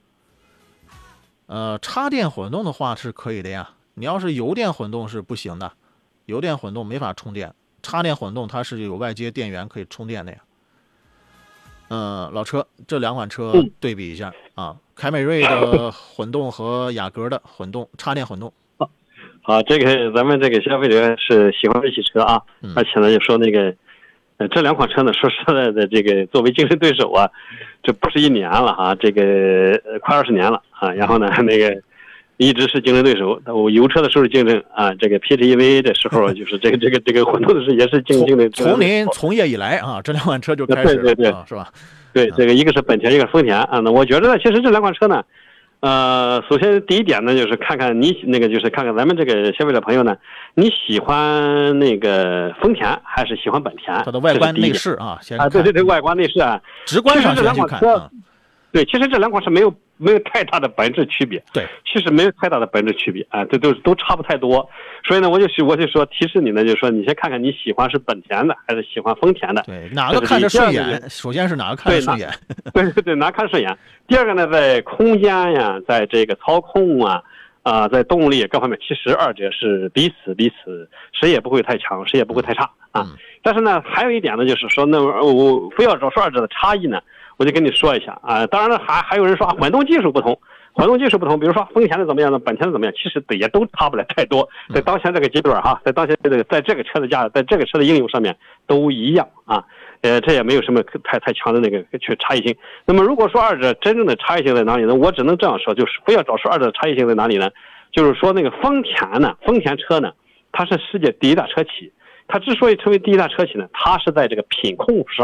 Speaker 2: 呃，插电混动的话是可以的呀。你要是油电混动是不行的，油电混动没法充电，插电混动它是有外接电源可以充电的呀。嗯，老车，这两款车对比一下、嗯、啊，凯美瑞的混动和雅阁的混动，插电混动。
Speaker 3: 好，好，这个咱们这个消费者是喜欢日系车啊，嗯、而且呢，就说那个，呃，这两款车呢，说实在的，这个作为竞争对手啊，这不是一年了啊，这个快二十年了啊，然后呢，那个一直是竞争对手。我油车的时候是竞争啊，这个 P H E V 的时候就是这个这个这个混动的时候也是竞竞争。
Speaker 2: 从您从业以来啊，这两款车就开始了，
Speaker 3: 对对对，
Speaker 2: 啊、是吧？
Speaker 3: 对，这个一个是本田，一个是丰田啊。那我觉得呢，其实这两款车呢，呃，首先第一点呢，就是看看你那个，就是看看咱们这个消费者朋友呢，你喜欢那个丰田还是喜欢本田？
Speaker 2: 它的外观内饰啊，先
Speaker 3: 啊，对对对，外观内饰啊，
Speaker 2: 直观上先去看。啊、
Speaker 3: 对，其实这两款是没有没有太大的本质区别。
Speaker 2: 对，
Speaker 3: 其实没有太大的本质区别啊，这都都差不太多。所以呢，我就我就说提示你呢，就是说你先看看你喜欢是本田的还是喜欢丰田的。
Speaker 2: 对，哪个看着顺眼？首先是哪个看着顺眼？
Speaker 3: 对对对，哪看顺眼？第二个呢，在空间呀，在这个操控啊啊、呃，在动力各方面，其实二者是彼此彼此，谁也不会太强，谁也不会太差啊。嗯、但是呢，还有一点呢，就是说，那我非要找说二者的差异呢。我就跟你说一下啊，当然了，还还有人说啊，混动技术不同，混动技术不同，比如说丰田的怎么样呢，本田的怎么样，其实也都差不了太多，在当前这个阶段哈，在当前这个在这个车的价，在这个车的应用上面都一样啊，呃，这也没有什么太太强的那个去差异性。那么如果说二者真正的差异性在哪里呢？我只能这样说，就是非要找出二者的差异性在哪里呢？就是说那个丰田呢，丰田车呢，它是世界第一大车企。它之所以成为第一大车企呢，它是在这个品控上面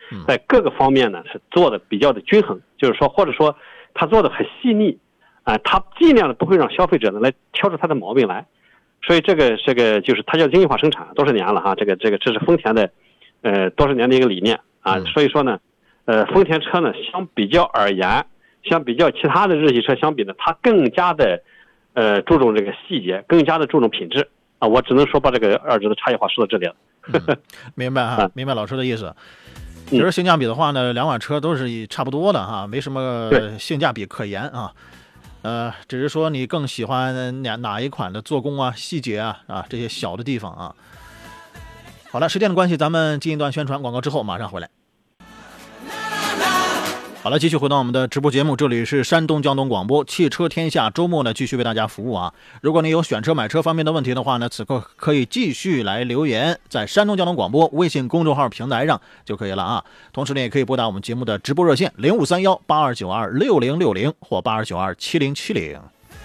Speaker 3: 在各个方面呢是做的比较的均衡，就是说或者说他做的很细腻，啊、呃，他尽量的不会让消费者呢来挑出他的毛病来，所以这个这个就是它叫精细化生产多少年了哈，这个这个这是丰田的呃多少年的一个理念啊，所以说呢，呃丰田车呢相比较而言，相比较其他的日系车相比呢，它更加的呃注重这个细节，更加的注重品质啊，我只能说把这个二者的差异化说到这里了。
Speaker 2: 嗯、明白哈，明白老师的意思。其实性价比的话呢，两款车都是差不多的哈，没什么性价比可言啊。呃，只是说你更喜欢哪哪一款的做工啊、细节啊啊这些小的地方啊。好了，时间的关系，咱们进一段宣传广告之后马上回来。好了，继续回到我们的直播节目，这里是山东交通广播汽车天下，周末呢继续为大家服务啊。如果你有选车买车方面的问题的话呢，此刻可以继续来留言，在山东交通广播微信公众号平台上就可以了啊。同时呢，也可以拨打我们节目的直播热线零五三幺八二九二六零六零或八二九二七零七零。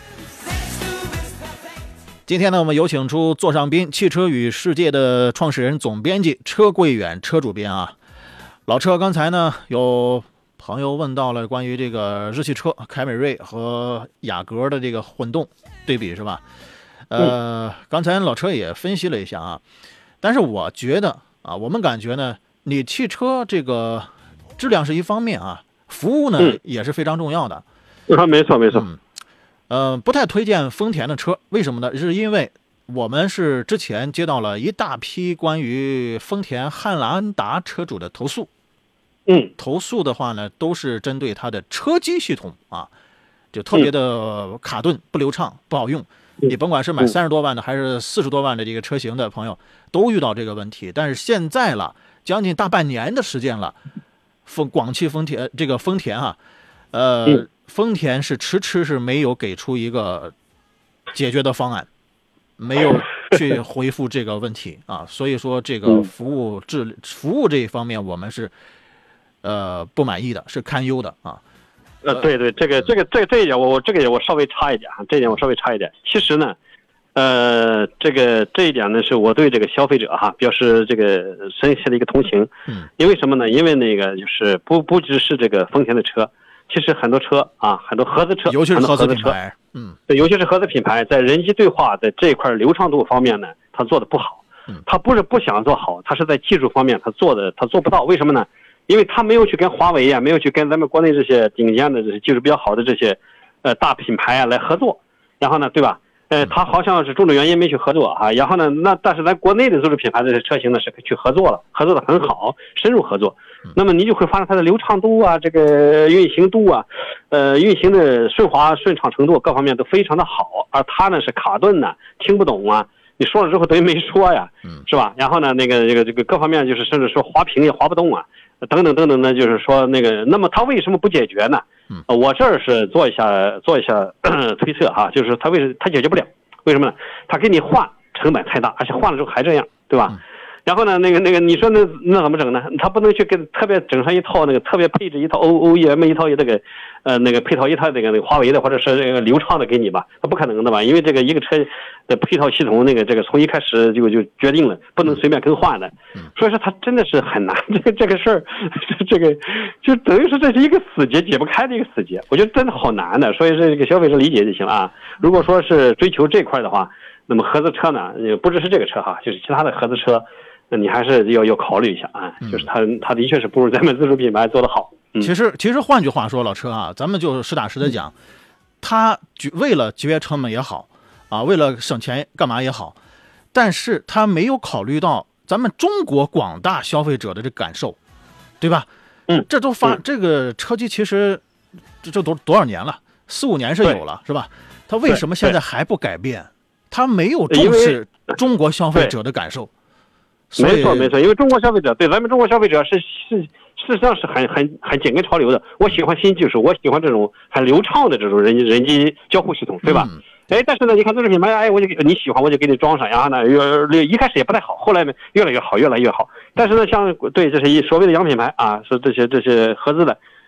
Speaker 2: 今天呢，我们有请出座上宾，汽车与世界的创始人、总编辑车桂远车主编啊。老车刚才呢有朋友问到了关于这个日系车凯美瑞和雅阁的这个混动对比是吧？呃，刚才老车也分析了一下啊，但是我觉得啊，我们感觉呢，你汽车这个质量是一方面啊，服务呢、嗯、也是非常重要的。
Speaker 3: 啊，没错没错。
Speaker 2: 嗯，呃，不太推荐丰田的车，为什么呢？是因为我们是之前接到了一大批关于丰田汉兰达车主的投诉。
Speaker 3: 嗯，
Speaker 2: 投诉的话呢，都是针对它的车机系统啊，就特别的卡顿、不流畅、不好用。你甭管是买三十多万的还是四十多万的这个车型的朋友，都遇到这个问题。但是现在了，将近大半年的时间了，丰广汽丰田这个丰田啊，呃，丰田是迟迟是没有给出一个解决的方案，没有去回复这个问题啊。所以说，这个服务质服务这一方面，我们是。呃，不满意的，是堪忧的啊。
Speaker 3: 呃，对对，这个这个这这一点我我这个我稍微差一点啊，这一点我稍微差一点。其实呢，呃，这个这一点呢，是我对这个消费者哈表示这个深切的一个同情。
Speaker 2: 嗯。
Speaker 3: 因为什么呢？因为那个就是不不只是这个丰田的车，其实很多车啊，很多合资车，
Speaker 2: 尤其是合资
Speaker 3: 品
Speaker 2: 牌，嗯，
Speaker 3: 对，尤其是合资品牌，在人机对话的这一块流畅度方面呢，它做的不好。
Speaker 2: 嗯。
Speaker 3: 它不是不想做好，它是在技术方面它做的它做不到。为什么呢？因为他没有去跟华为啊，没有去跟咱们国内这些顶尖的、这些技术比较好的这些，呃，大品牌啊来合作，然后呢，对吧？呃，他好像是种种原因没去合作啊。然后呢，那但是咱国内的这种品牌的车型呢是去合作了，合作的很好，深入合作。那么你就会发现它的流畅度啊，这个运行度啊，呃，运行的顺滑顺畅程度各方面都非常的好，而它呢是卡顿呢，听不懂啊。你说了之后等于没说呀，是吧？然后呢，那个这个这个各方面就是甚至说滑屏也滑不动啊。等等等等呢，就是说那个，那么他为什么不解决呢？呃、我这儿是做一下做一下推测哈，就是他为什么他解决不了？为什么呢？他给你换成本太大，而且换了之后还这样，对吧？然后呢，那个那个，你说那那怎么整呢？他不能去给特别整上一套那个特别配置一套 O O E M 一套那个呃那个配套一套那个那个华为的或者是这个流畅的给你吧？那不可能的吧？因为这个一个车的配套系统那个这个从一开始就就决定了，不能随便更换的。所以说他真的是很难，这个这个事儿，这个就等于说这是一个死结，解不开的一个死结。我觉得真的好难的，所以这个消费者理解就行了啊。如果说是追求这块的话，那么合资车呢，不只是这个车哈，就是其他的合资车。你还是要要考虑一下啊，就是他他的确是不如咱们自主品牌做得好。嗯、
Speaker 2: 其实其实换句话说，老车啊，咱们就实打实的讲，他为了节约成本也好啊，为了省钱干嘛也好，但是他没有考虑到咱们中国广大消费者的这感受，对吧？
Speaker 3: 嗯，
Speaker 2: 这都发、嗯、这个车机其实这这多多少年了，四五年是有了，是吧？他为什么现在还不改变？他没有重视中国消费者的感受。
Speaker 3: 没错没错，因为中国消费者对咱们中国消费者是是事实上是很很很紧跟潮流的。我喜欢新技术，我喜欢这种很流畅的这种人人机交互系统，对吧？嗯、哎，但是呢，你看这个品牌，哎，我就你喜欢我就给你装上，然后呢，越一开始也不太好，后来呢越来越好，越来越好。但是呢，像对这些所谓的洋品牌啊，是这些这些合资的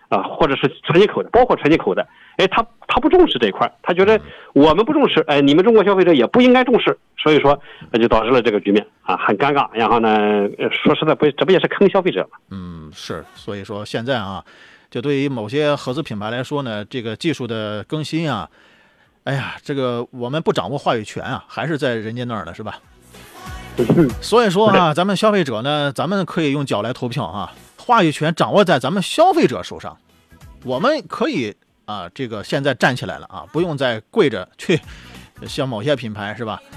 Speaker 3: 啊、呃，或者是纯进口的，包括纯进口的，哎，他他不重视这一块，他觉得我们不重视，哎，你们中国消费者也不应该重视，所以说那就导致了这个局面啊，很尴尬。然后呢，说实在不，这不也是坑消费者吗？
Speaker 2: 嗯，是，所以说现在啊，就对于某些合资品牌来说呢，这个技术的更新啊，哎呀，这个我们不掌握话语权啊，还是在人家那儿呢，是吧？所以说啊，咱们消费者呢，咱们可以用脚来投票啊，话语权掌握在咱们消费者手上，我们可以啊，这个现在站起来了啊，不用再跪着去像某些品牌是吧？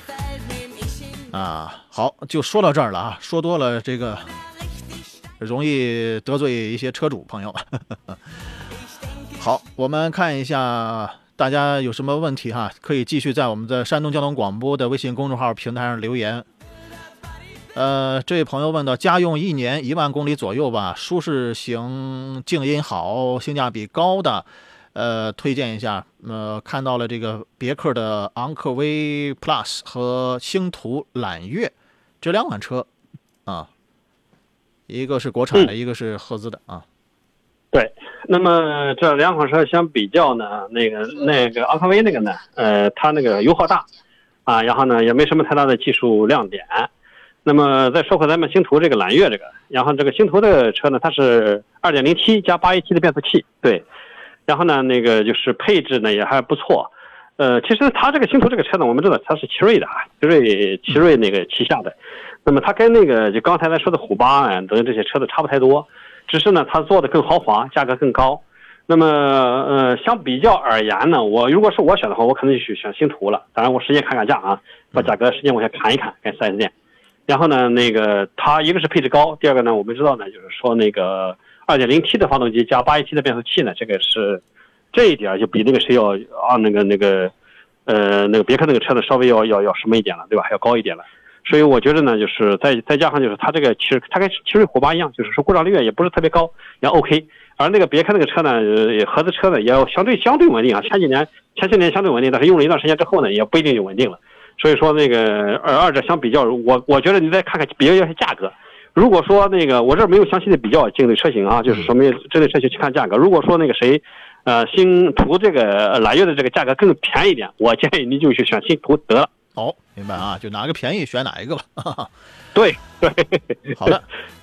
Speaker 2: 啊，好，就说到这儿了啊，说多了这个容易得罪一些车主朋友。好，我们看一下大家有什么问题哈，可以继续在我们的山东交通广播的微信公众号平台上留言。呃，这位朋友问到，家用一年一万公里左右吧，舒适型、静音好、性价比高的，呃，推荐一下。呃，看到了这个别克的昂科威 Plus 和星途揽月这两款车啊，一个是国产的，嗯、一个是合资的啊。
Speaker 3: 对，那么这两款车相比较呢，那个那个昂科威那个呢，呃，它那个油耗大啊，然后呢也没什么太大的技术亮点。那么再说回咱们星途这个揽月这个，然后这个星途的车呢，它是 二点零 T 加 八 A T 的变速器，对，然后呢那个就是配置呢也还不错。呃，其实它这个星途这个车呢，我们知道它是奇瑞的啊，奇瑞奇瑞那个旗下的，那么它跟那个就刚才咱说的虎八啊等这些车子差不太多。只是呢，它做的更豪华，价格更高。那么，呃，相比较而言呢，我如果是我选的话，我可能就选星途了。当然，我时间看看价啊，把价格时间我先看一看，跟 四 S 店。然后呢，那个它一个是配置高，第二个呢，我们知道呢，就是说那个 二点零 T 的发动机加 八 A T 的变速器呢，这个是这一点就比那个谁要啊那个那个呃那个别克那个车呢稍微要要要什么一点了，对吧？还要高一点了。所以我觉得呢，就是再再加上就是它这个其实它跟奇瑞虎八一样，就是说故障率也不是特别高，也 OK。而那个别克那个车呢，呃，合资车呢也要相对相对稳定啊。前几年前些年相对稳定，但是用了一段时间之后呢，也不一定就稳定了。所以说那个二二者相比较，我我觉得你再看看比较一下价格。如果说那个我这儿没有详细的比较竞对车型啊，就是说没有针对车型去看价格。如果说那个谁，呃，星途这个揽月的这个价格更便宜一点，我建议你就去选星途得了。
Speaker 2: 哦，明白啊，就哪个便宜选哪一个吧。
Speaker 3: 对对，
Speaker 2: 好的。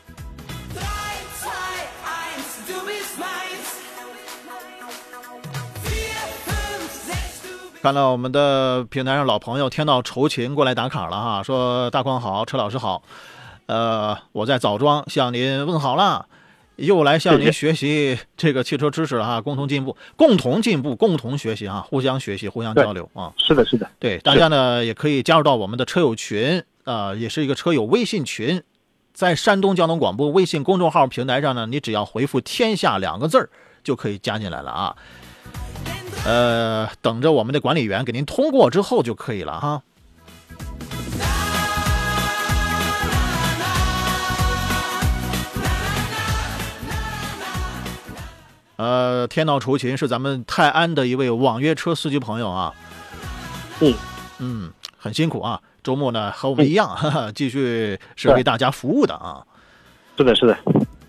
Speaker 2: 看到我们的平台上老朋友天道酬勤过来打卡了哈，说大匡好，车老师好，呃，我在枣庄向您问好了。又来向您学习这个汽车知识了哈，共同进步，共同进步，共同学习啊，互相学习，互相交流啊。
Speaker 3: 是的，是的，
Speaker 2: 对，大家呢也可以加入到我们的车友群啊、呃，也是一个车友微信群，在山东交通广播微信公众号平台上呢，你只要回复天下两个字儿就可以加进来了啊。呃，等着我们的管理员给您通过之后就可以了哈。呃，天道酬勤是咱们泰安的一位网约车司机朋友啊，
Speaker 3: 嗯
Speaker 2: 嗯，很辛苦啊，周末呢和我们一样，哈哈，继续是为大家服务的啊。
Speaker 3: 是的，是的。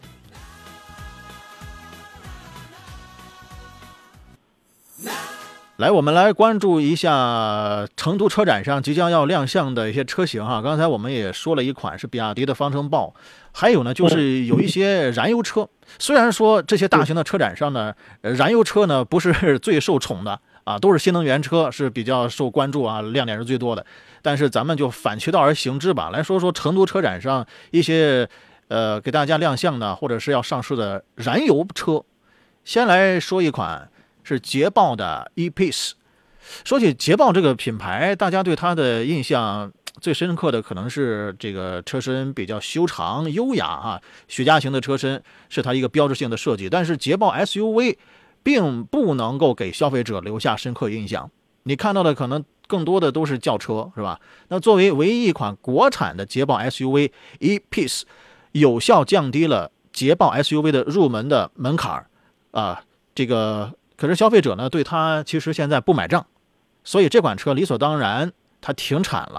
Speaker 2: 来，我们来关注一下成都车展上即将要亮相的一些车型哈。刚才我们也说了一款是比亚迪的方程豹，还有呢就是有一些燃油车。虽然说这些大型的车展上呢，燃油车呢不是最受宠的啊，都是新能源车是比较受关注啊，亮点是最多的。但是咱们就反其道而行之吧，来说说成都车展上一些呃给大家亮相的或者是要上市的燃油车。先来说一款。是捷豹的 E-Pace。 说起捷豹这个品牌，大家对它的印象最深刻的可能是这个车身比较修长优雅啊，雪茄型的车身是它一个标志性的设计。但是捷豹 S U V 并不能够给消费者留下深刻印象，你看到的可能更多的都是轿车，是吧？那作为唯一一款国产的捷豹 S U V E-Pace， 有效降低了捷豹 S U V 的入门的门槛啊，这个。可是消费者呢，对它其实现在不买账，所以这款车理所当然它停产了。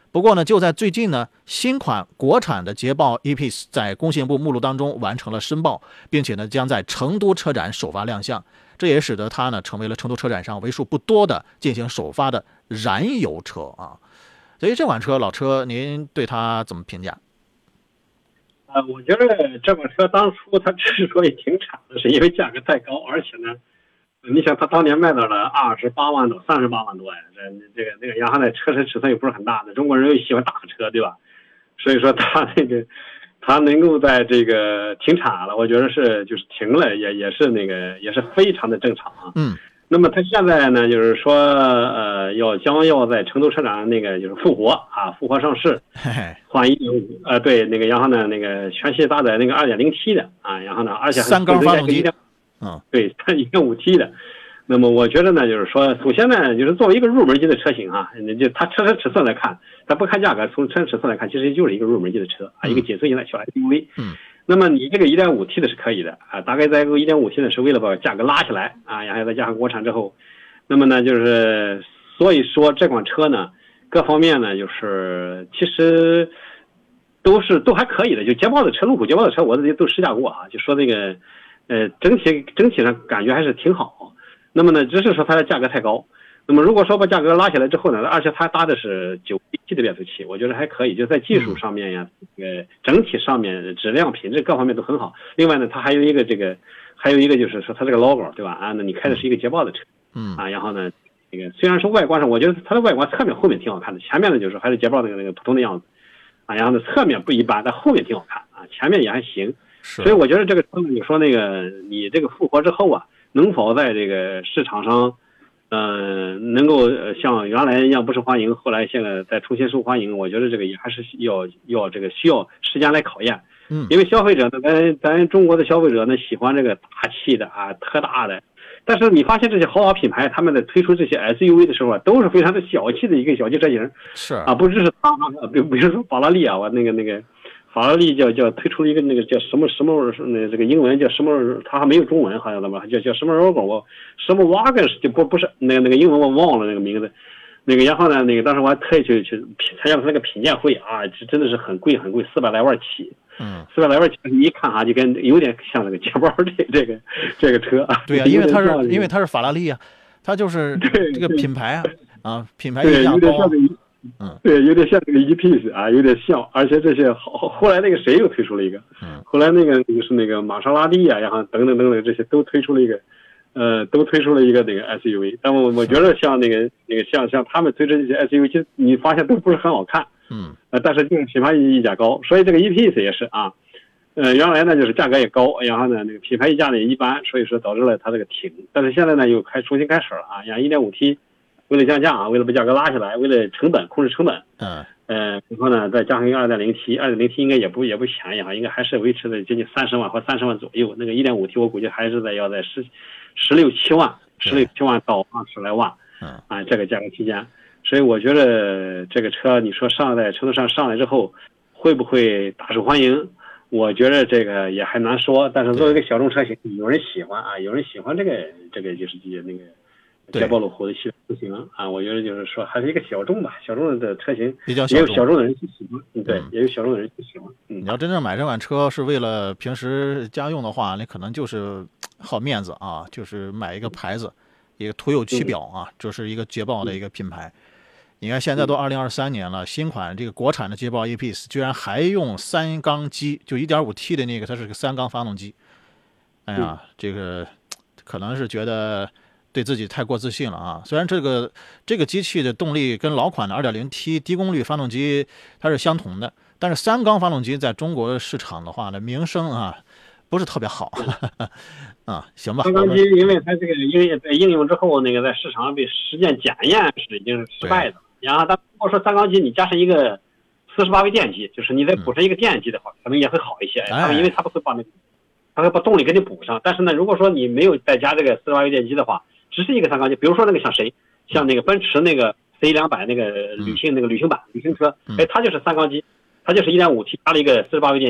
Speaker 2: 不过呢，就在最近呢，新款国产的捷豹 E-Pace 在工信部目录当中完成了申报，并且呢，将在成都车展首发亮相。这也使得它呢成为了成都车展上为数不多的进行首发的燃油车啊。所以这款车，老车您对它怎么评价？
Speaker 3: 呃，我觉得这款车当初它之所以停产的是因为价格太高，而且呢，你想它当年卖到了二十八万多、三十八万多呀，这这个那个洋行的车身尺寸又不是很大的，中国人又喜欢大车，对吧？所以说它那个它能够在这个停产了，我觉得是就是停了，也也是那个也是非常的正常啊。
Speaker 2: 嗯。
Speaker 3: 那么它现在呢，就是说呃，要将要在成都车展那个就是复活啊，复活上市，换一点五呃对那个然后呢那个全系搭载那个二点零 T 的啊，然后呢而且还
Speaker 2: 三缸发动机，
Speaker 3: 嗯，对，一点五 T 的。那么我觉得呢，就是说，首先呢，就是作为一个入门级的车型啊，就它车身尺寸来看，它不看价格，从车身尺寸来看，其实就是一个入门级的车啊，一个紧凑型的小 S U V。
Speaker 2: 嗯。
Speaker 3: 那么你这个 一点五 T 的是可以的啊，大概在个 一点五 T 的是为了把价格拉起来啊，然后再加上国产之后，那么呢就是所以说这款车呢各方面呢就是其实都是都还可以的，就捷豹的车，路虎捷豹的车我都试驾过啊，就说这个呃整体整体上感觉还是挺好。那么呢只是说它的价格太高。那么如果说把价格拉起来之后呢，而且它搭的是九 T 的变速器，我觉得还可以，就在技术上面呀，呃，整体上面质量品质各方面都很好。另外呢，它还有一个这个，还有一个就是说它这个 logo 对吧？啊，那你开的是一个捷豹的车，
Speaker 2: 嗯
Speaker 3: 啊，然后呢，这个虽然说外观上，我觉得它的外观侧面后面挺好看的，前面呢就是还是捷豹那个那个普通的样子，啊，然后呢侧面不一般，但后面挺好看啊，前面也还行。所以我觉得这个车呢，你说那个你这个复活之后啊，能否在这个市场上？呃，能够像原来一样不受欢迎，后来现在再重新受欢迎，我觉得这个也还是要要这个需要时间来考验。
Speaker 2: 嗯，
Speaker 3: 因为消费者呢，咱咱中国的消费者呢喜欢这个大气的啊，特大的。但是你发现这些豪华品牌他们在推出这些 S U V 的时候啊，都是非常的小气的一个小气车型。
Speaker 2: 是啊，
Speaker 3: 不只是它，比比如说法拉利啊，我那个那个。法拉利叫叫推出了一个那个叫什么什么那这个英文叫什么，它还没有中文，好像怎么叫叫什么 logo 我什么 wagon 就不不是那个那个英文我忘了那个名字，那个然后呢那个当时我还特意去去参加了那个品鉴会啊，这真的是很贵很贵，四百来万起，
Speaker 2: 嗯，
Speaker 3: 四百来万起，你一看啊就跟有点像那个捷豹这这个这个车。
Speaker 2: 对啊，因为它是因为它是法拉利啊，它就是这个品牌啊啊品牌一样高。
Speaker 3: 嗯，对，有点像这个 E-Pace 啊，有点像，而且这些后后来那个谁又推出了一个，
Speaker 2: 嗯，后
Speaker 3: 来那个就是那个玛莎拉蒂啊，然后等等等等这些都推出了一个，呃，都推出了一个那个 S U V， 但我我觉得像那个那个像像他们推出这些 S U V， 其实你发现都不是很好看，
Speaker 2: 嗯，
Speaker 3: 呃，但是就是品牌溢价高，所以这个 E-Pace 也是啊，呃，原来呢就是价格也高，然后呢那个品牌溢价呢也一般，所以说导致了它这个停，但是现在呢又开重新开始了啊，像 一点五 T。为了降价啊，为了把价格拉起来，为了成本控制成本，
Speaker 2: 嗯，
Speaker 3: 呃，然后呢，再加上一个 二点零 T， 二点零 T 应该也不也不便宜哈，应该还是维持在接近三十万或三十万左右。那个 一点五 T 我估计还是在要在十十六七万，十六七万到二十来万，
Speaker 2: 嗯，
Speaker 3: 啊，这个价格区间。所以我觉得这个车你说上在成都上上来之后，会不会大受欢迎？我觉得这个也还难说。但是作为一个小众车型，有人喜欢啊，有人喜欢这个这个就是那个。捷豹路虎的系统型啊，我觉得就是说还是一个小众吧，小众的车型
Speaker 2: 比较
Speaker 3: 小众，也有小众的人去喜欢，嗯，对，
Speaker 2: 嗯、
Speaker 3: 也有小众的人去喜欢。嗯，
Speaker 2: 你要真正买这款车是为了平时家用的话，那可能就是好面子啊，就是买一个牌子，一个徒有其表啊，这、嗯、是一个捷豹的一个品牌。你看现在都二零二三年了，新款这个国产的捷豹 E-Pace 居然还用三缸机，就 一点五 T 的那个，它是个三缸发动机。哎呀，嗯、这个可能是觉得。对自己太过自信了啊！虽然这个这个机器的动力跟老款的 二点零 T 低功率发动机它是相同的，但是三缸发动机在中国市场的话呢，名声啊不是特别好啊。行吧，
Speaker 3: 三缸机因为它这个因为在应用之后，那个在市场上被实践检验是已经是失败的。然后，但如果说三缸机你加上一个四十八位电机，就是你再补上一个电机的话，嗯、可能也会好一些。他们因为它不会把那个，它会把动力给你补上。但是呢，如果说你没有再加这个四十八位电机的话，只是一个三缸机，比如说那个像谁，像那个奔驰那个 C 两百那个旅行那个旅行版旅行车，哎，它就是三缸机，它就是 一点五 T 加了一个四十八位电机，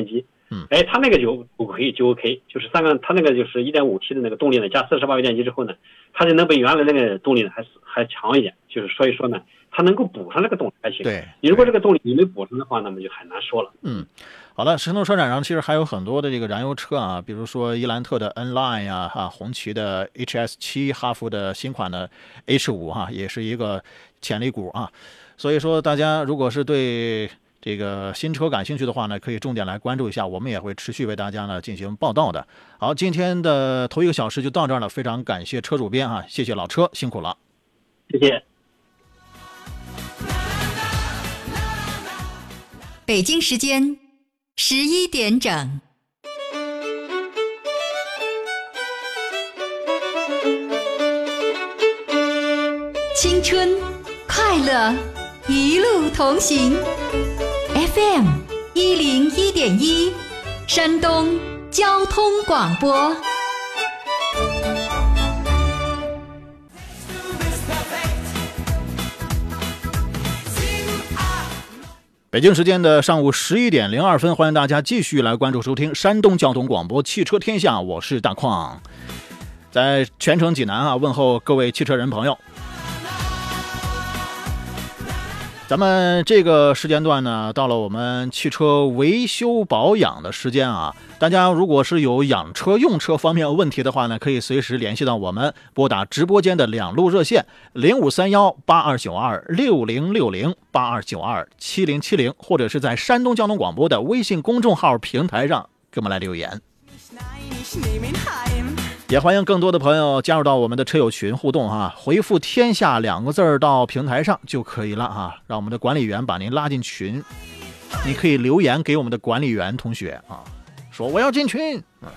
Speaker 2: 嗯，
Speaker 3: 哎，它那个就 OK 就 OK， 就是三缸，它那个就是 一点五 T 的那个动力呢，加四十八位电机之后呢，它就能比原来那个动力呢还还强一点，就是所以说呢，它能够补上这个动力还行。
Speaker 2: 对，
Speaker 3: 你如果这个动力你没补上的话，那么就很难说了。
Speaker 2: 嗯，好了，神州车展上其实还有很多的这个燃油车啊，比如说伊兰特的 N Line 呀，哈，红旗的 H S 七，哈弗的新款的 H 五 哈，也是一个潜力股啊。所以说，大家如果是对这个新车感兴趣的话呢，可以重点来关注一下，我们也会持续为大家呢进行报道的。好，今天的头一个小时就到这儿了，非常感谢车主编啊，谢谢老车，辛苦了，
Speaker 3: 谢谢。
Speaker 6: 北京时间十一点整。青春快乐一路同行 ，F M 一零一点一，山东交通广播。
Speaker 2: 北京时间的上午十一点零二分，欢迎大家继续来关注收听山东交通广播汽车天下，我是大矿，在全城济南啊，问候各位汽车人朋友。咱们这个时间段呢，到了我们汽车维修保养的时间啊。大家如果是有养车用车方面问题的话呢，可以随时联系到我们，拨打直播间的两路热线零五三幺八二九二六零六零八二九二七零七零，或者是在山东交通广播的微信公众号平台上给我们来留言。也欢迎更多的朋友加入到我们的车友群互动哈，回复天下两个字到平台上就可以了哈，让我们的管理员把您拉进群。你可以留言给我们的管理员同学啊，说我要进群。嗯、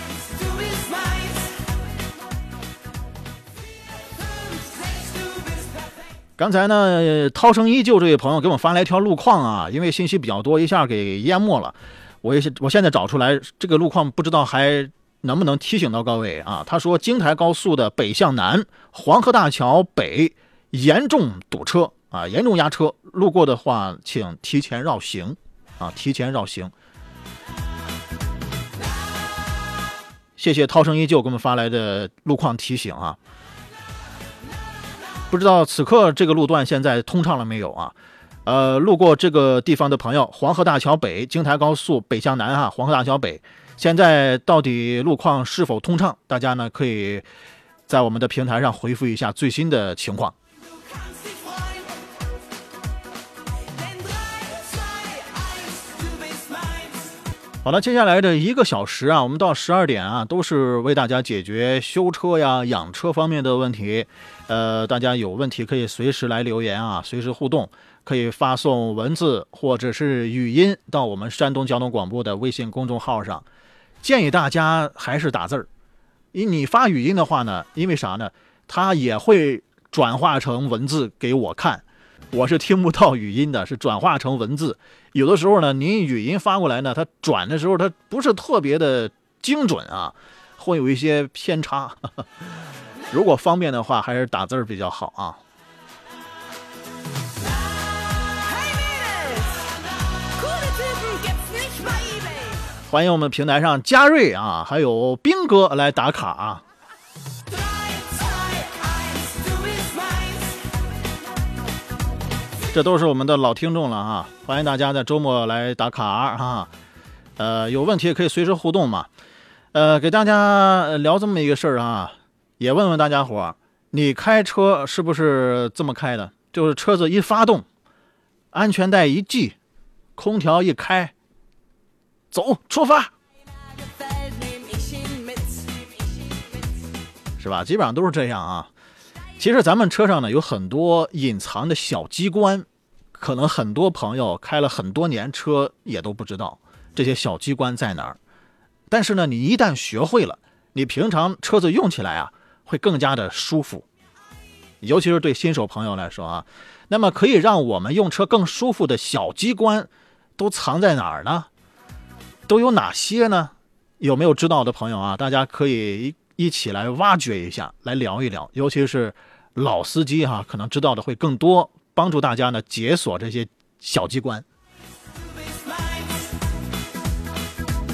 Speaker 2: 刚才呢，涛声依旧这位朋友给我们发来一条路况啊，因为信息比较多，一下给淹没了。我也是，我现在找出来这个路况，不知道还能不能提醒到各位啊？他说，京台高速的北向南，黄河大桥北严重堵车啊，严重压车，路过的话请提前绕行啊，提前绕行。谢谢涛声依旧给我们发来的路况提醒啊。不知道此刻这个路段现在通畅了没有啊？呃，路过这个地方的朋友，黄河大桥北，京台高速北向南哈，黄河大桥北。现在到底路况是否通畅？大家呢可以在我们的平台上回复一下最新的情况。好了，接下来的一个小时啊，我们到十二点啊，都是为大家解决修车呀、养车方面的问题。呃，大家有问题可以随时来留言啊，随时互动，可以发送文字或者是语音到我们山东交通广播的微信公众号上。建议大家还是打字儿，你发语音的话呢，因为啥呢？它也会转化成文字给我看，我是听不到语音的，是转化成文字。有的时候呢，您语音发过来呢，它转的时候它不是特别的精准啊，会有一些偏差。如果方便的话，还是打字儿比较好啊。欢迎我们平台上嘉瑞啊，还有兵哥来打卡啊。这都是我们的老听众了哈，欢迎大家在周末来打卡哈。呃，有问题也可以随时互动嘛。呃，给大家聊这么一个事儿啊，也问问大家伙，你开车是不是这么开的？就是车子一发动，安全带一系，空调一开，走，出发，是吧？基本上都是这样啊。其实咱们车上呢有很多隐藏的小机关，可能很多朋友开了很多年车也都不知道这些小机关在哪儿。但是呢，你一旦学会了，你平常车子用起来啊会更加的舒服。尤其是对新手朋友来说啊，那么可以让我们用车更舒服的小机关都藏在哪儿呢？都有哪些呢？有没有知道的朋友啊？大家可以一起来挖掘一下，来聊一聊。尤其是老司机哈、啊，可能知道的会更多，帮助大家呢解锁这些小机关。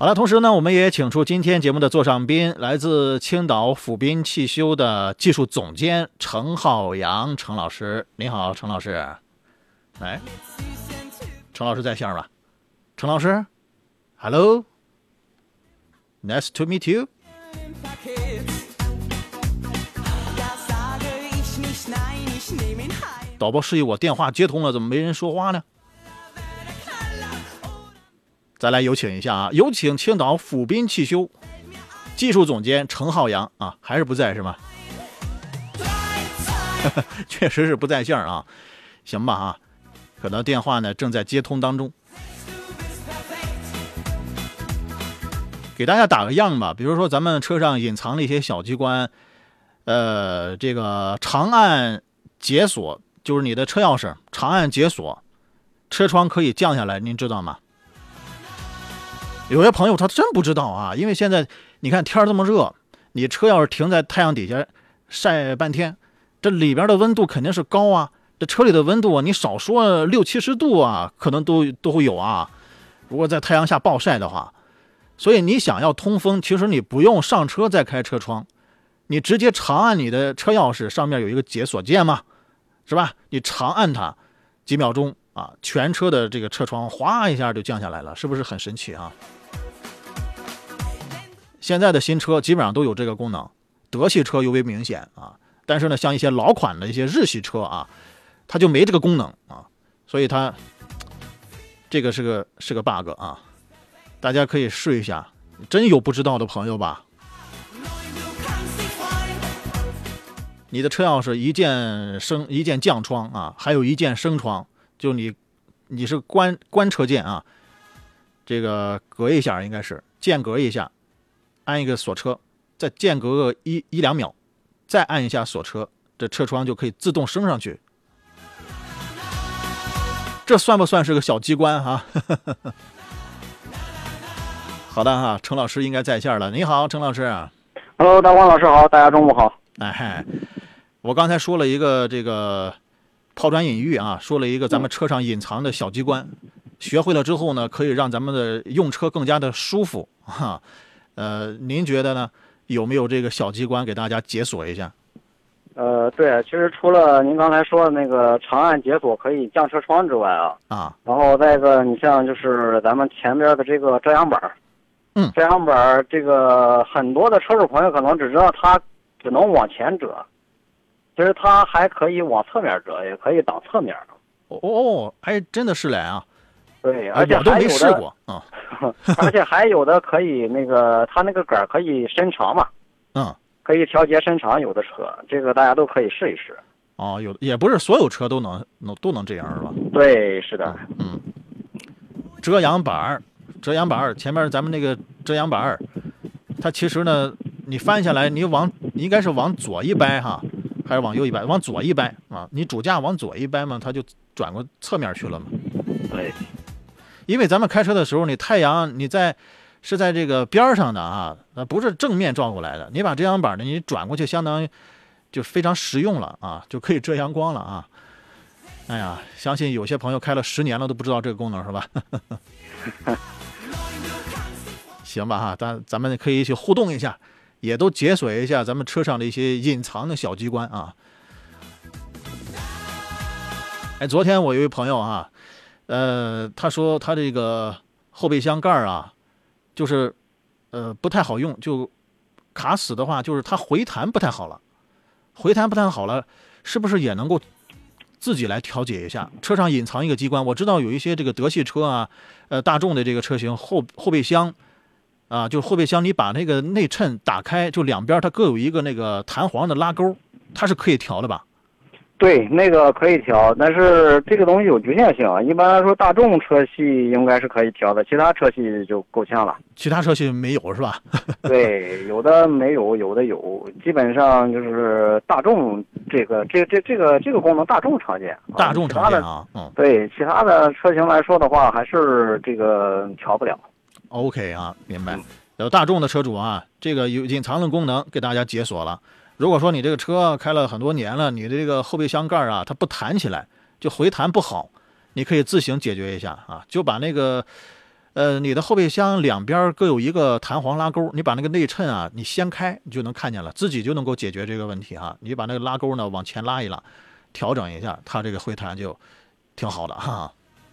Speaker 2: 好了，同时呢，我们也请出今天节目的座上宾，来自青岛府滨汽修的技术总监程浩洋程老师。你好，程老师。来，程老师在线吧？程老师 ，Hello，Nice to meet you。导播示意我电话接通了，怎么没人说话呢？再来有请一下啊，有请青岛府滨汽修技术总监程浩洋啊，还是不在是吗？确实是不在线啊，行吧啊，可能电话呢正在接通当中。给大家打个样吧，比如说咱们车上隐藏的一些小机关，呃，这个长按解锁，就是你的车钥匙长按解锁，车窗可以降下来，您知道吗？有些朋友他真不知道啊，因为现在你看天这么热，你车要是停在太阳底下晒半天，这里边的温度肯定是高啊，这车里的温度啊，你少说六七十度啊，可能都都会有啊。如果在太阳下暴晒的话，所以你想要通风，其实你不用上车再开车窗，你直接长按你的车钥匙，上面有一个解锁键嘛，是吧？你长按它几秒钟啊，全车的这个车窗哗一下就降下来了，是不是很神奇啊？现在的新车基本上都有这个功能，德系车尤为明显啊。但是呢，像一些老款的一些日系车啊，它就没这个功能啊，所以它这个是个是个 bug 啊。大家可以试一下，真有不知道的朋友吧？你的车钥匙一键升一键降窗啊，还有一键升窗，就你你是关关车键啊，这个隔一下应该是间隔一下，按一个锁车，再间隔个一一两秒，再按一下锁车，这车窗就可以自动升上去。这算不算是个小机关哈、啊？好的哈，程老师应该在线了。你好，程老师。
Speaker 7: Hello， 大光老师好，大家中午好。
Speaker 2: 哎，我刚才说了一个这个抛砖引玉啊，说了一个咱们车上隐藏的小机关，学会了之后呢，可以让咱们的用车更加的舒服哈。呃，您觉得呢？有没有这个小机关给大家解锁一下？
Speaker 7: 呃，对，其实除了您刚才说的那个长按解锁可以降车窗之外啊，
Speaker 2: 啊，
Speaker 7: 然后再一个，你像就是咱们前边的这个遮阳板，
Speaker 2: 嗯，
Speaker 7: 遮阳板这个很多的车主朋友可能只知道它只能往前折，其实它还可以往侧面折，也可以挡侧面。
Speaker 2: 哦哦，还真的是嘞啊！
Speaker 7: 对，而且
Speaker 2: 我都
Speaker 7: 还有的
Speaker 2: 没试过啊，
Speaker 7: 而且还有的可以那个它那个杆可以伸长嘛，
Speaker 2: 嗯。
Speaker 7: 可以调节伸长，有的车，这个大家都可以试一试。
Speaker 2: 哦，有也不是所有车都能能都能这样是吧？
Speaker 7: 对，是的。
Speaker 2: 嗯，遮阳板，遮阳板前面咱们那个遮阳板，它其实呢，你翻下来，你往你应该是往左一掰哈，还是往右一掰？往左一掰啊，你主驾往左一掰嘛，它就转过侧面去了嘛。
Speaker 7: 对，
Speaker 2: 因为咱们开车的时候，你太阳你在。是在这个边上的啊，那不是正面照过来的。你把遮阳板呢，你转过去，相当于就非常实用了啊，就可以遮阳光了啊。哎呀，相信有些朋友开了十年了都不知道这个功能是吧？行吧哈，咱咱们可以一起互动一下，也都解锁一下咱们车上的一些隐藏的小机关啊。哎，昨天我有一朋友啊，呃，他说他这个后备箱盖啊。就是，呃，不太好用，就卡死的话，就是它回弹不太好了，回弹不太好了，是不是也能够自己来调节一下？车上隐藏一个机关，我知道有一些这个德系车啊，呃，大众的这个车型后后备箱啊，就是后备箱，你把那个内衬打开，就两边它各有一个那个弹簧的拉钩，它是可以调的吧？
Speaker 7: 对，那个可以调，但是这个东西有局限性啊。一般来说，大众车系应该是可以调的，其他车系就够呛了。
Speaker 2: 其他车系没有是吧？
Speaker 7: 对，有的没有，有的有，基本上就是大众这个这这这个这个功能大众常见。
Speaker 2: 大众常见啊，嗯，
Speaker 7: 对，其他的车型来说的话，还是这个调不了。
Speaker 2: OK 啊，明白。有大众的车主啊，这个有隐藏的功能给大家解锁了。如果说你这个车开了很多年了，你的这个后备箱盖啊，它不弹起来，就回弹不好，你可以自行解决一下啊，就把那个呃，你的后备箱两边各有一个弹簧拉钩，你把那个内衬啊，你掀开，你就能看见了，自己就能够解决这个问题哈。你把那个拉钩呢往前拉一拉，调整一下，它这个回弹就挺好的哈。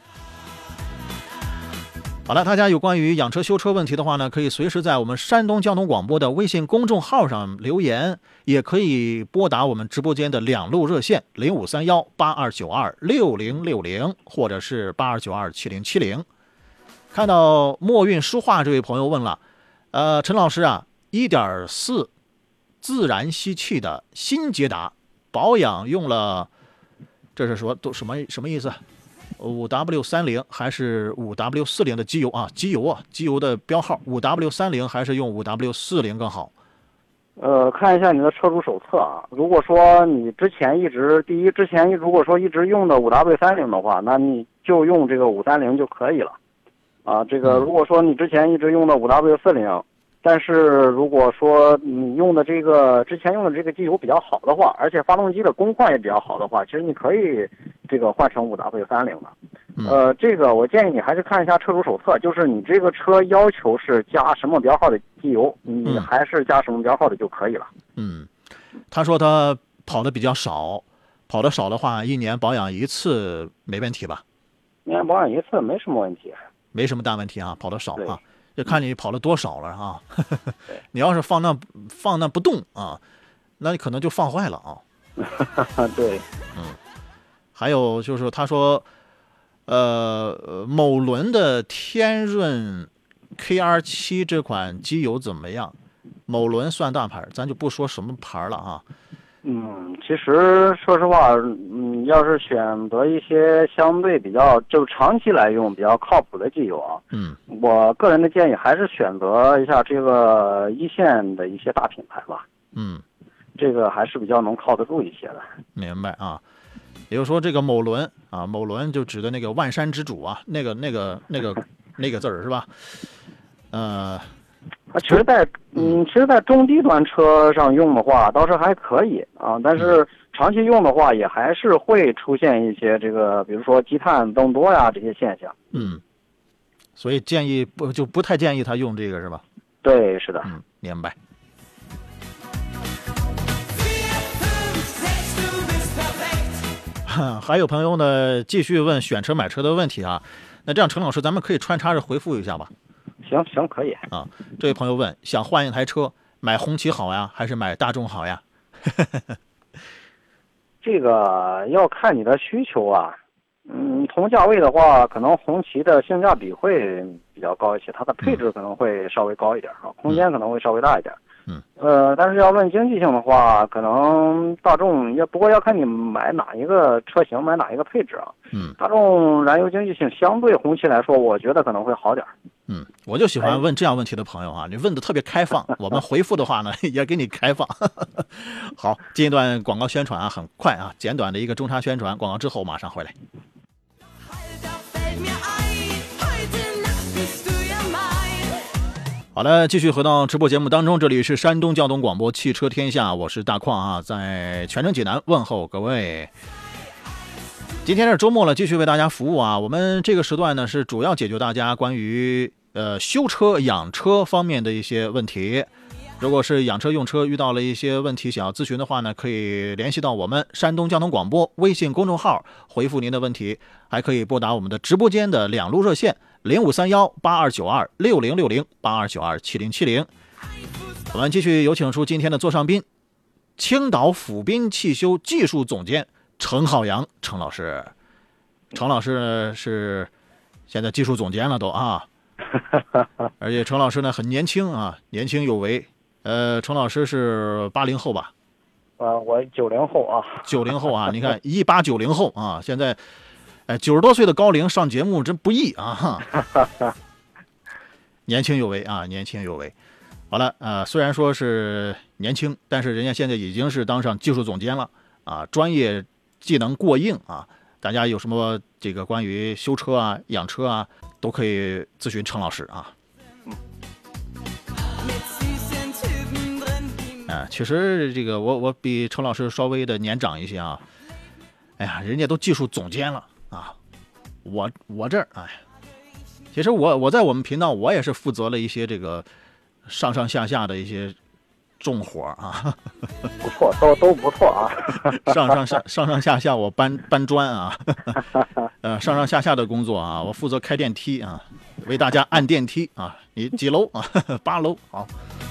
Speaker 2: 好了，大家有关于养车修车问题的话呢，可以随时在我们山东交通广播的微信公众号上留言，也可以拨打我们直播间的两路热线零五三幺八二九二六零六零或者是八二九二七零七零。看到墨韵书画这位朋友问了，呃，陈老师啊 ，一点四 自然吸气的新捷达保养用了，这是说都什么什么意思？五 W 三零 还是五 W 四零的机油啊？机油啊，机油的标号五 W 三零 还是用五 W 四零更好？
Speaker 7: 呃，看一下你的车主手册啊。如果说你之前一直第一之前如果说一直用的五 W 三零的话，那你就用这个五三零就可以了。啊，这个如果说你之前一直用的五 W 四零，但是如果说你用的这个之前用的这个机油比较好的话，而且发动机的工况也比较好的话，其实你可以这个换成五 W 三零的。呃，这个我建议你还是看一下车主手册，就是你这个车要求是加什么标号的机油，你还是加什么标号的就可以了。
Speaker 2: 嗯，他说他跑的比较少，跑的少的话，一年保养一次没问题吧？
Speaker 7: 一年保养一次没什么问题。
Speaker 2: 没什么大问题啊，跑得少啊，就看你跑了多少了啊。你要是放那放那不动啊，那你可能就放坏了啊。
Speaker 7: 对，
Speaker 2: 嗯，还有就是他说，呃，某轮的天润 K R 七 这款机油怎么样？某轮算大牌，咱就不说什么牌了啊。
Speaker 7: 嗯，其实说实话，嗯，要是选择一些相对比较就长期来用比较靠谱的机油啊，
Speaker 2: 嗯，
Speaker 7: 我个人的建议还是选择一下这个一线的一些大品牌吧。
Speaker 2: 嗯，
Speaker 7: 这个还是比较能靠得住一些的。
Speaker 2: 明白啊，也就是说这个某轮啊，某轮就指的那个万山之主啊，那个那个那个那个字儿是吧？呃。
Speaker 7: 啊，其实在，嗯，其实，在中低端车上用的话，倒是还可以啊。但是长期用的话，也还是会出现一些这个，比如说积碳增多呀这些现象。
Speaker 2: 嗯，所以建议不就不太建议他用这个是吧？
Speaker 7: 对，是的。
Speaker 2: 嗯，明白。还有朋友呢，继续问选车买车的问题啊。那这样，陈老师，咱们可以穿插着回复一下吧？
Speaker 7: 行行，可以
Speaker 2: 啊。这位朋友问，想换一台车，买红旗好呀，还是买大众好呀？
Speaker 7: 这个要看你的需求啊。嗯，同价位的话，可能红旗的性价比会比较高一些，它的配置可能会稍微高一点啊，空间可能会稍微大一点。
Speaker 2: 嗯，
Speaker 7: 呃，但是要论经济性的话，可能大众要不过要看你买哪一个车型，买哪一个配置啊。
Speaker 2: 嗯，
Speaker 7: 大众燃油经济性相对红旗来说，我觉得可能会好点。
Speaker 2: 嗯，我就喜欢问这样问题的朋友啊，你问的特别开放，我们回复的话呢也给你开放。好，进一段广告宣传啊，很快啊，简短的一个中插宣传，广告之后马上回来。好的，继续回到直播节目当中，这里是山东交通广播汽车天下，我是大矿啊，在全城济南问候各位。今天是周末了，继续为大家服务啊。我们这个时段呢是主要解决大家关于呃修车养车方面的一些问题。如果是养车用车遇到了一些问题想要咨询的话呢，可以联系到我们山东交通广播微信公众号回复您的问题，还可以拨打我们的直播间的两路热线零五三幺八二九二六零六零八二九二七零七零。我们继续有请出今天的座上宾，青岛府滨汽修技术总监程浩洋程老师。程老师呢是现在技术总监了都啊，而且程老师呢很年轻啊，年轻有为。呃，程老师是八零后吧？
Speaker 7: 呃，我九零后啊。
Speaker 2: 九零后啊，你看一八九零后啊，现在，哎，九十多岁的高龄上节目真不易啊！年轻有为啊，年轻有为。好了，呃，虽然说是年轻，但是人家现在已经是当上技术总监了啊，专业技能过硬啊。大家有什么这个关于修车啊、养车啊，都可以咨询程老师啊。啊，其实这个我我比程老师稍微的年长一些啊。哎呀，人家都技术总监了啊，我我这儿哎， 其实我我在我们频道我也是负责了一些这个上上下下的一些重活啊，
Speaker 7: 不错，都都不错啊。
Speaker 2: 上上下上上下下我搬搬砖啊，呃上上下下的工作啊，我负责开电梯啊，为大家按电梯啊，你几楼啊？八楼，好。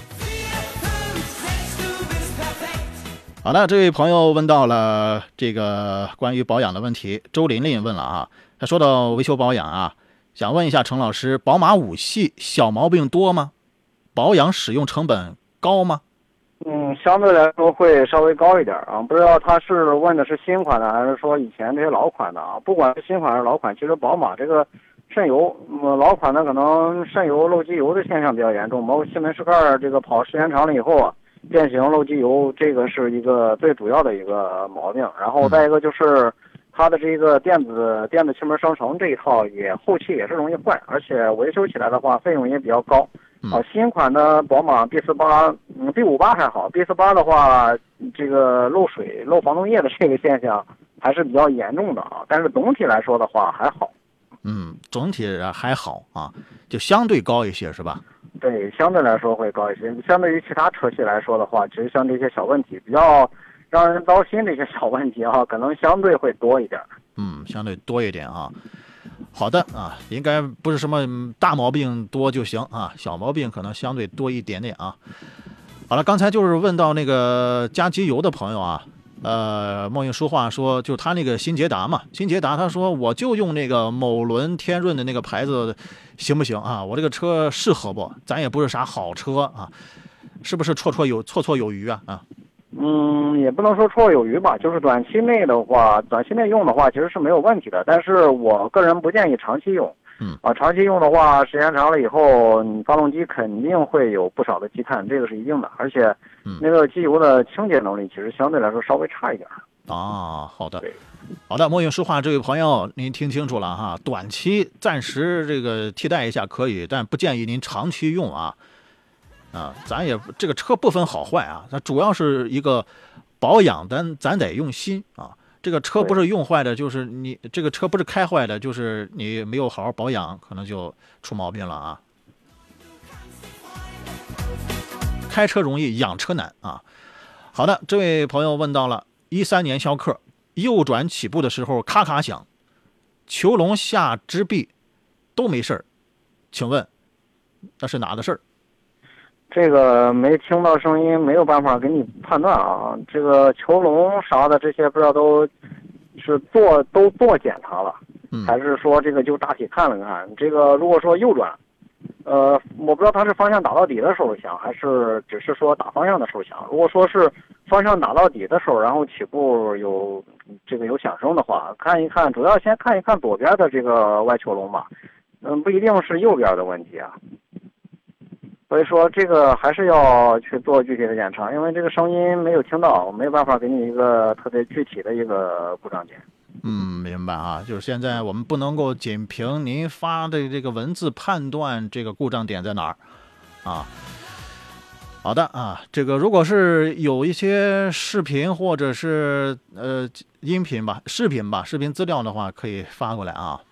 Speaker 2: 好的，这位朋友问到了这个关于保养的问题，周琳琳问了啊，他说到维修保养啊，想问一下陈老师，宝马五系小毛病多吗？保养使用成本高吗？
Speaker 7: 嗯，相对来说会稍微高一点啊，不知道他是问的是新款的还是说以前这些老款的啊？不管是新款还是老款，其实宝马这个渗油，嗯，老款的可能渗油漏机油的现象比较严重，包括气门室盖这个跑时间长了以后啊，变形漏机油，这个是一个最主要的一个毛病。然后再一个就是它的这个电子电子气门生成这一套也后期也是容易坏，而且维修起来的话费用也比较高。啊，新款的宝马 B 四八，嗯 ，B 五八还好 ，B 四八的话，这个漏水、漏防冻液的这个现象还是比较严重的啊。但是总体来说的话还好。
Speaker 2: 嗯，总体还好啊，就相对高一些是吧？
Speaker 7: 对，相对来说会高一些。相对于其他车系来说的话，其实像这些小问题比较让人糟心这些小问题啊，可能相对会多一点。
Speaker 2: 嗯，相对多一点啊。好的啊，应该不是什么大毛病多就行啊，小毛病可能相对多一点点啊。好了，刚才就是问到那个加机油的朋友啊，呃，梦影说话说，就他那个新捷达嘛，新捷达他说我就用那个某轮天润的那个牌子行不行啊？我这个车适合不？咱也不是啥好车啊，是不是绰绰有绰绰有余啊？啊？
Speaker 7: 嗯，也不能说绰绰有余吧，就是短期内的话，短期内用的话其实是没有问题的，但是我个人不建议长期用。
Speaker 2: 嗯
Speaker 7: 啊，长期用的话，时间长了以后，你发动机肯定会有不少的积碳，这个是一定的，而且那个机油的清洁能力其实相对来说稍微差一点。
Speaker 2: 啊，好的，好的，墨影说话这位朋友，您听清楚了哈，短期暂时这个替代一下可以，但不建议您长期用啊。啊，咱也这个车不分好坏啊，它主要是一个保养，咱咱得用心啊。这个车不是用坏的，就是你这个车不是开坏的，就是你没有好好保养，可能就出毛病了啊。开车容易，养车难啊。好的，这位朋友问到了，一三年逍客右转起步的时候咔咔响，球笼下支臂都没事儿，请问那是哪的事儿？
Speaker 7: 这个没听到声音，没有办法给你判断啊。这个球笼啥的这些不知道都是做都做检查了，
Speaker 2: 嗯，
Speaker 7: 还是说这个就大体看了看。这个如果说右转，呃，我不知道它是方向打到底的时候响，还是只是说打方向的时候响。如果说是方向打到底的时候，然后起步有这个有响声的话，看一看，主要先看一看左边的这个外球笼吧，嗯，不一定是右边的问题啊。所以说这个还是要去做具体的检查，因为这个声音没有听到，没有办法给你一个特别具体的一个故障点。
Speaker 2: 嗯，明白啊，就是现在我们不能够仅凭您发的这个文字判断这个故障点在哪儿啊。好的啊，这个如果是有一些视频或者是呃音频吧、视频吧、视频资料的话，可以发过来啊。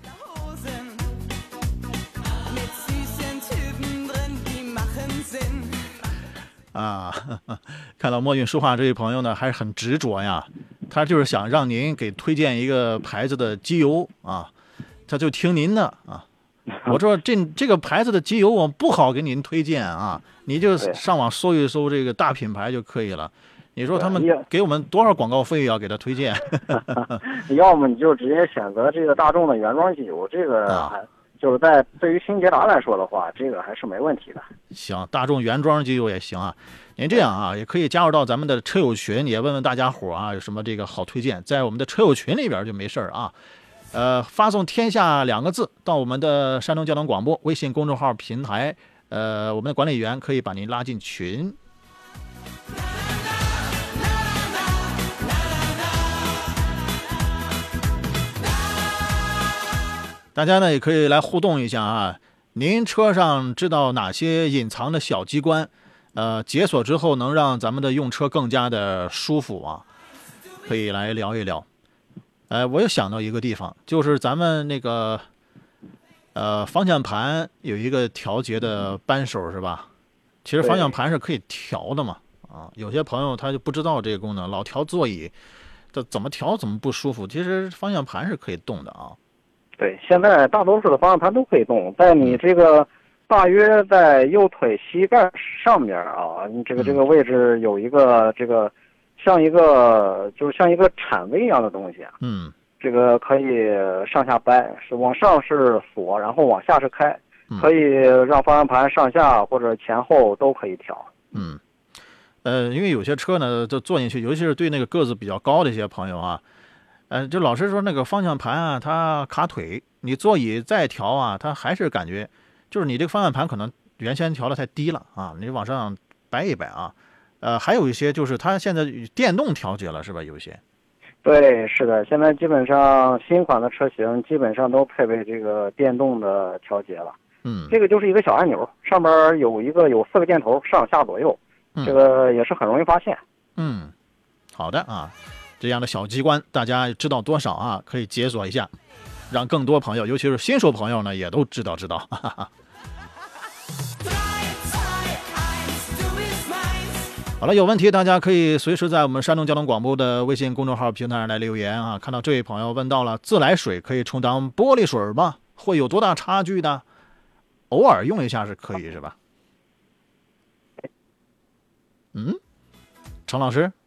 Speaker 2: 啊，看到墨韵说话这位朋友呢，还是很执着呀。他就是想让您给推荐一个牌子的机油啊，他就听您的啊。我说这这个牌子的机油我不好给您推荐啊，你就上网搜一搜这个大品牌就可以了。你说他们给我们多少广告费要给他推荐？
Speaker 7: 要么你就直接选择这个大众的原装机油，这个还。就是在对于新捷达来说的话，这个还是没问题的。
Speaker 2: 行，大众原装机油也行啊。您这样啊，也可以加入到咱们的车友群，也问问大家伙啊，有什么这个好推荐，在我们的车友群里边就没事啊。呃，发送天下两个字到我们的山东交通广播微信公众号平台，呃，我们的管理员可以把您拉进群。大家呢也可以来互动一下啊，您车上知道哪些隐藏的小机关，呃，解锁之后能让咱们的用车更加的舒服啊，可以来聊一聊。呃，我又想到一个地方，就是咱们那个呃，方向盘有一个调节的扳手是吧？其实方向盘是可以调的嘛，啊，有些朋友他就不知道这个功能，老调座椅，这怎么调怎么不舒服。其实方向盘是可以动的啊。
Speaker 7: 对，现在大多数的方向盘都可以动，在你这个大约在右腿膝盖上面啊，你这个这个位置有一个这个像一个就是像一个铲位一样的东西啊。
Speaker 2: 嗯。
Speaker 7: 这个可以上下掰，是往上是锁，然后往下是开，可以让方向盘上下或者前后都可以调。
Speaker 2: 嗯，呃，因为有些车呢，就坐进去，尤其是对那个个子比较高的一些朋友啊，呃，就老是说那个方向盘啊，它卡腿，你座椅再调啊，它还是感觉就是你这个方向盘可能原先调的太低了啊，你往上掰一掰啊。呃，还有一些就是它现在电动调节了，是吧？有一些。
Speaker 7: 对，是的，现在基本上新款的车型基本上都配备这个电动的调节了。
Speaker 2: 嗯，
Speaker 7: 这个就是一个小按钮，上边有一个有四个箭头，上下左右，这个也是很容易发现。
Speaker 2: 嗯，好的啊，这样的小机关大家知道多少啊？可以解锁一下，让更多朋友，尤其是新手朋友呢，也都知道知道。哈哈哈。好了，有问题大家可以随时在我们山东交通广播的微信公众号平台上来留言啊。看到这位朋友问到了，自来水可以充当玻璃水吗？会有多大差距呢？偶尔用一下是可以是吧？嗯，程老师。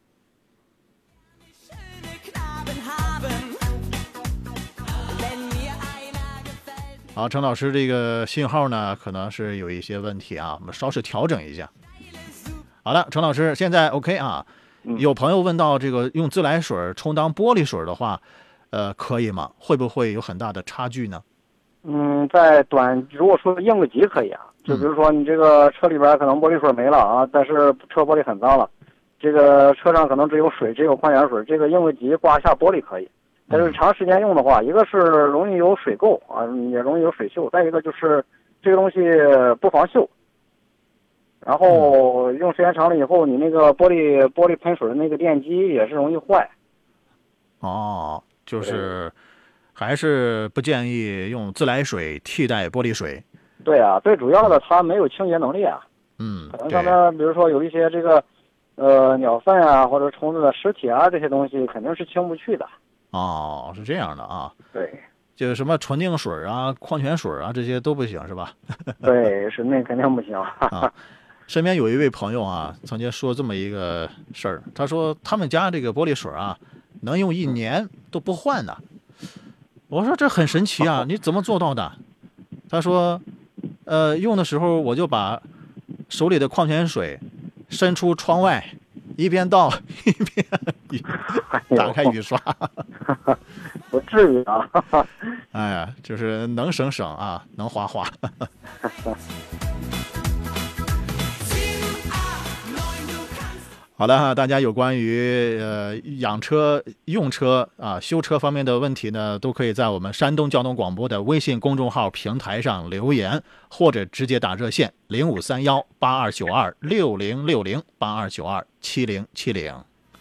Speaker 2: 好，程老师这个信号呢可能是有一些问题啊，我们稍事调整一下。好的，程老师，现在 OK 啊。有朋友问到这个用自来水充当玻璃水的话，呃，可以吗？会不会有很大的差距呢？
Speaker 7: 嗯，在短，如果说应个急可以啊，就比如说你这个车里边可能玻璃水没了啊，但是车玻璃很脏了，这个车上可能只有水，只有矿泉水，这个应个急刮一下玻璃可以。但是长时间用的话，一个是容易有水垢啊，也容易有水锈，再一个就是这个东西不防锈。然后用时间长了以后，你那个玻璃玻璃喷水的那个电机也是容易坏。
Speaker 2: 哦，就是还是不建议用自来水替代玻璃水。
Speaker 7: 对啊，最主要的它没有清洁能力啊。
Speaker 2: 嗯，
Speaker 7: 可能上面比如说有一些这个呃鸟粪啊或者虫子的尸体啊这些东西肯定是清不去的。
Speaker 2: 哦，是这样的啊。
Speaker 7: 对。
Speaker 2: 就是什么纯净水啊、矿泉水啊这些都不行是吧？
Speaker 7: 对，是那肯定不行。
Speaker 2: 啊。身边有一位朋友啊，曾经说这么一个事儿，他说他们家这个玻璃水啊，能用一年都不换的。我说这很神奇啊，你怎么做到的？他说，呃，用的时候我就把手里的矿泉水伸出窗外，一边倒一边打开雨刷。
Speaker 7: 不至于啊。
Speaker 2: 哎呀，就是能省省啊，能花花。好的哈，大家有关于呃养车、用车啊、修车方面的问题呢，都可以在我们山东交通广播的微信公众号平台上留言，或者直接打热线零五三幺八二九二六零六零八二九二七零七零。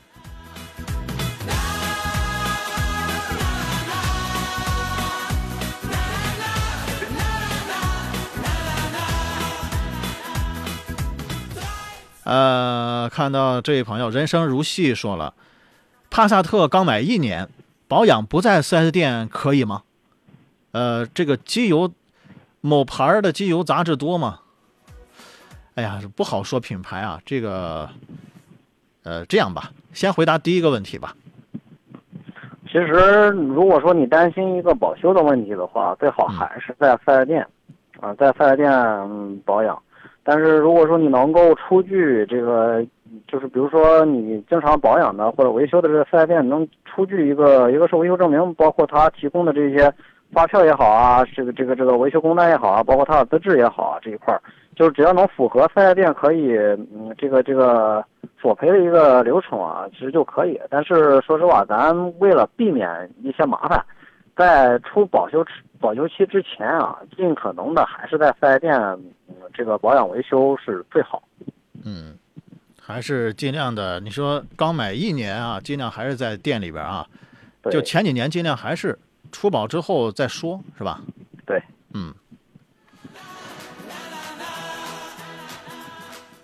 Speaker 2: 呃，看到这位朋友人生如戏说了，帕萨特刚买一年，保养不在 四 S 店可以吗？呃，这个机油某牌的机油杂质多吗？哎呀，不好说品牌啊。这个，呃，这样吧，先回答第一个问题吧。
Speaker 7: 其实，如果说你担心一个保修的问题的话，最好还是在四 S 店，啊，在四 S 店、嗯、保养。但是如果说你能够出具这个，就是比如说你经常保养的或者维修的这个四 S 店能出具一个，一个是维修证明，包括他提供的这些发票也好啊，这个这个这个维修工单也好啊，包括他的资质也好啊，这一块就是只要能符合四 S 店可以嗯这个这个索赔的一个流程啊，其实就可以。但是说实话，咱为了避免一些麻烦，在出保修保修期之前啊，尽可能的还是在四 S 店、嗯、这个保养维修是最好。
Speaker 2: 嗯，还是尽量的。你说刚买一年啊，尽量还是在店里边啊。就前几年尽量还是出保之后再说，是吧？
Speaker 7: 对，
Speaker 2: 嗯，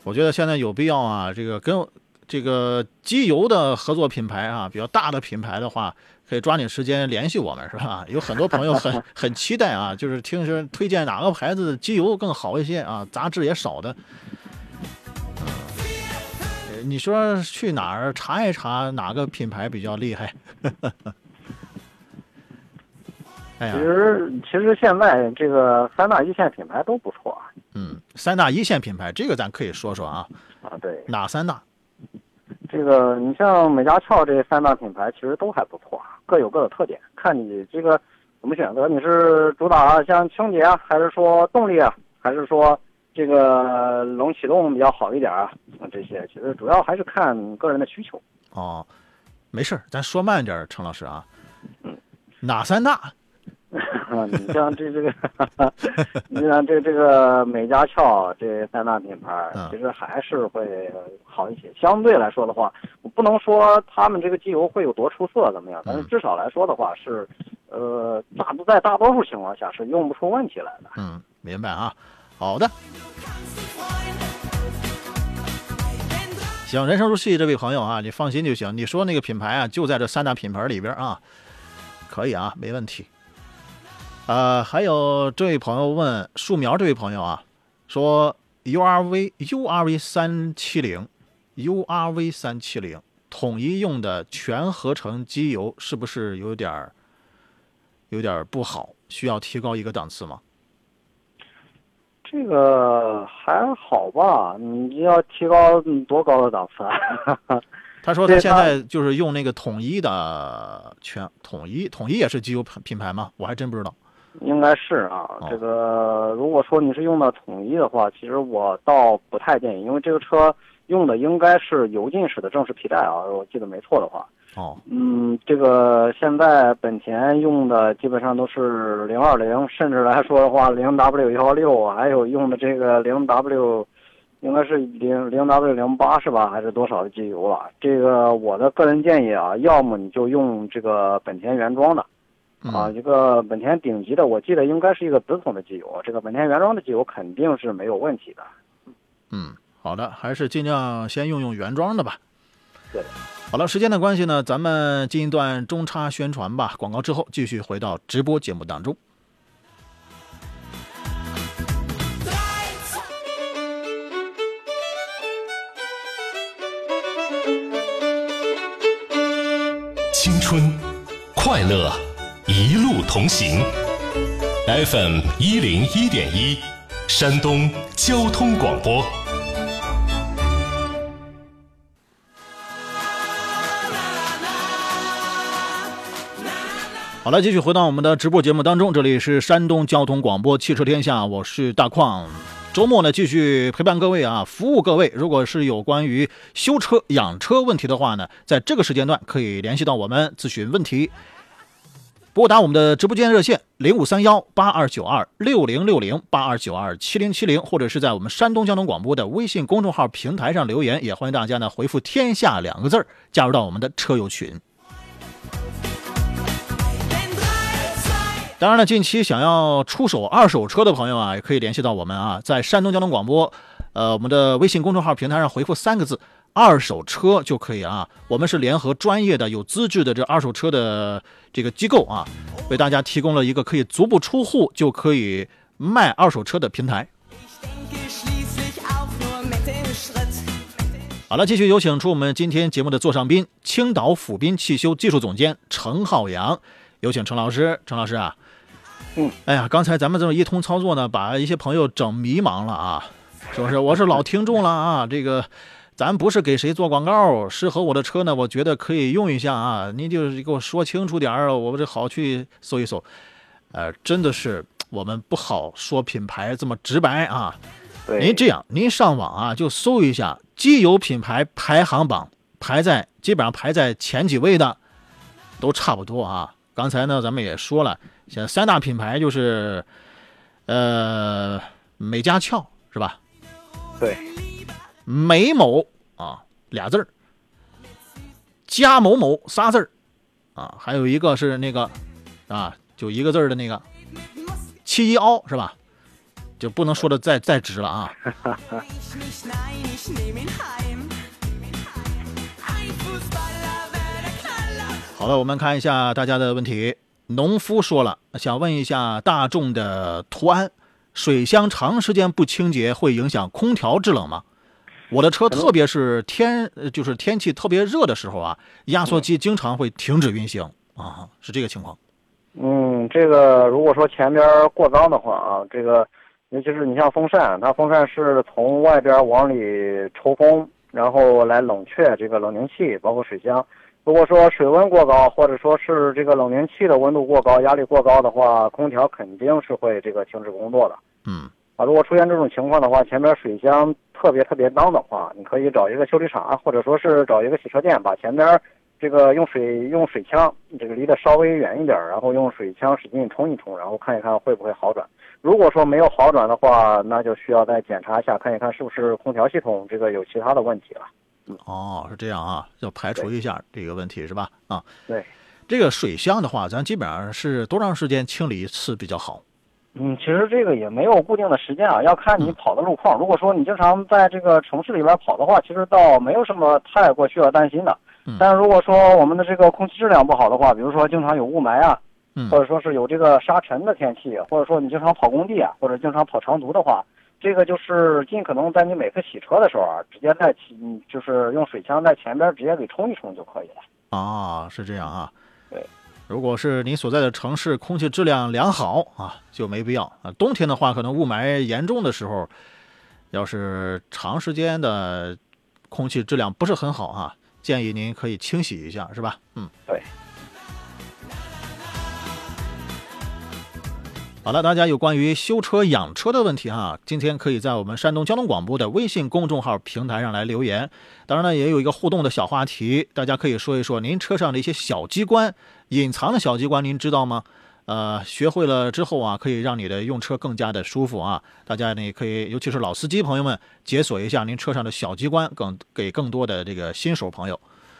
Speaker 2: 我觉得现在有必要啊，这个跟这个机油的合作品牌啊，比较大的品牌的话，可以抓紧时间联系我们，是吧？有很多朋友很很期待啊，就是听说推荐哪个牌子的机油更好一些啊，杂质也少的。呃、你说去哪儿查一查哪个品牌比较厉害？哎呀，
Speaker 7: 其实其实现在这个三大一线品牌都不错啊。
Speaker 2: 嗯，三大一线品牌，这个咱可以说说啊。
Speaker 7: 啊，对，
Speaker 2: 哪三大？
Speaker 7: 这个你像美加壳这三大品牌，其实都还不错，各有各的特点，看你这个怎么选择。你是主打像清洁啊，还是说动力啊，还是说这个冷启动比较好一点啊？这些其实主要还是看个人的需求。
Speaker 2: 哦，没事，咱说慢点，程老师啊。嗯，哪三大？
Speaker 7: 你像这这个，你像这这个美加壳这三大品牌，其实还是会好一些。相对来说的话，我不能说他们这个机油会有多出色怎么样，但是至少来说的话是，呃，大在大多数情况下是用不出问题来的。
Speaker 2: 嗯，明白啊。好的。行，人生如戏这位朋友啊，你放心就行。你说那个品牌啊，就在这三大品牌里边啊，可以啊，没问题。呃，还有这位朋友问树苗这位朋友啊，说 U R V U R V 三七零 U R V 三七零统一用的全合成机油是不是有点有点不好，需要提高一个档次吗？
Speaker 7: 这个还好吧，你要提高多高的档次啊？
Speaker 2: 他说他现在就是用那个统一的全统一统一也是机油品牌吗？我还真不知道。
Speaker 7: 应该是啊，这个如果说你是用的统一的话，其实我倒不太建议，因为这个车用的应该是油浸式的正式皮带啊，我记得没错的话。
Speaker 2: 哦，
Speaker 7: 嗯，这个现在本田用的基本上都是零二零，甚至来说的话，零 W 一六，还有用的这个零 W， 应该是零零 W 零八是吧？还是多少的机油了？这个我的个人建议啊，要么你就用这个本田原装的。啊，一个本田顶级的，我记得应该是一个紫桶的机油，这个本田原装的机油肯定是没有问题的。
Speaker 2: 嗯，好的，还是尽量先用用原装的吧。
Speaker 7: 对。
Speaker 2: 好了，时间的关系呢，咱们进一段中插宣传吧。广告之后继续回到直播节目当中。
Speaker 5: 青春快乐一路同行 ，F M 一零一点一，山东交通广播。
Speaker 2: 好了，继续回到我们的直播节目当中，这里是山东交通广播汽车天下，我是大矿。周末呢，继续陪伴各位啊，服务各位。如果是有关于修车、养车问题的话呢，在这个时间段可以联系到我们咨询问题。拨打我们的直播间热线零五三幺八二九二六零六零八二九二七零七零，或者是在我们山东交通广播的微信公众号平台上留言，也欢迎大家呢回复天下两个字加入到我们的车友群。当然了，近期想要出手二手车的朋友啊，也可以联系到我们啊，在山东交通广播呃我们的微信公众号平台上回复三个字二手车就可以啊。我们是联合专业的有资质的这二手车的这个机构啊，为大家提供了一个可以足不出户就可以卖二手车的平台。好了，继续有请出我们今天节目的座上宾，青岛府滨汽修技术总监程浩洋，有请程老师。程老师啊，
Speaker 7: 嗯，
Speaker 2: 哎呀，刚才咱们这么一通操作呢，把一些朋友整迷茫了啊，说是我是老听众了啊，这个咱不是给谁做广告，适合我的车呢，我觉得可以用一下啊，您就是给我说清楚点儿，我这好去搜一搜。呃，真的是我们不好说品牌这么直白啊。您这样，您上网啊就搜一下机油品牌排行榜，排在基本上排在前几位的都差不多啊。刚才呢咱们也说了，现在三大品牌就是呃美加壳是吧？
Speaker 7: 对。
Speaker 2: 美某啊俩字儿，加某某仨字儿啊，还有一个是那个啊就一个字儿的那个七一凹是吧？ 就不能说的再再直了啊。好了，我们看一下大家的问题。农夫说了，想问一下大众的途安，水箱长时间不清洁会影响空调制冷吗？我的车特别是天就是天气特别热的时候啊，压缩机经常会停止运行啊，是这个情况。
Speaker 7: 嗯，这个如果说前边过脏的话啊，这个尤其是你像风扇，它风扇是从外边往里抽风，然后来冷却这个冷凝器，包括水箱。如果说水温过高，或者说是这个冷凝器的温度过高、压力过高的话，空调肯定是会这个停止工作的。
Speaker 2: 嗯，
Speaker 7: 啊，如果出现这种情况的话，前边水箱特别特别脏的话，你可以找一个修理厂，或者说是找一个洗车店，把前边这个用水用水枪这个离得稍微远一点，然后用水枪使劲冲一冲，然后看一看会不会好转。如果说没有好转的话，那就需要再检查一下，看一看是不是空调系统这个有其他的问题了。嗯、
Speaker 2: 哦，是这样啊，要排除一下这个问题是吧？啊，
Speaker 7: 对，
Speaker 2: 这个水箱的话，咱基本上是多长时间清理一次比较好？
Speaker 7: 嗯，其实这个也没有固定的时间啊，要看你跑的路况。如果说你经常在这个城市里边跑的话，其实倒没有什么太过需要担心的。
Speaker 2: 嗯、
Speaker 7: 但是如果说我们的这个空气质量不好的话，比如说经常有雾霾啊，
Speaker 2: 嗯、
Speaker 7: 或者说是有这个沙尘的天气，或者说你经常跑工地啊，或者经常跑长途的话，这个就是尽可能在你每次洗车的时候啊，直接在前，就是用水枪在前边直接给冲一冲就可以了。
Speaker 2: 啊，是这样啊。
Speaker 7: 对。
Speaker 2: 如果是你所在的城市空气质量良好啊，就没必要啊。冬天的话，可能雾霾严重的时候，要是长时间的空气质量不是很好啊，建议您可以清洗一下，是吧？嗯，
Speaker 7: 对。
Speaker 2: 好了，大家有关于修车养车的问题哈，今天可以在我们山东交通广播的微信公众号平台上来留言。当然呢，也有一个互动的小话题，大家可以说一说您车上的一些小机关，隐藏的小机关，您知道吗？呃，学会了之后啊，可以让你的用车更加的舒服啊。大家呢也可以，尤其是老司机朋友们，解锁一下您车上的小机关，更给更多的这个新手朋友。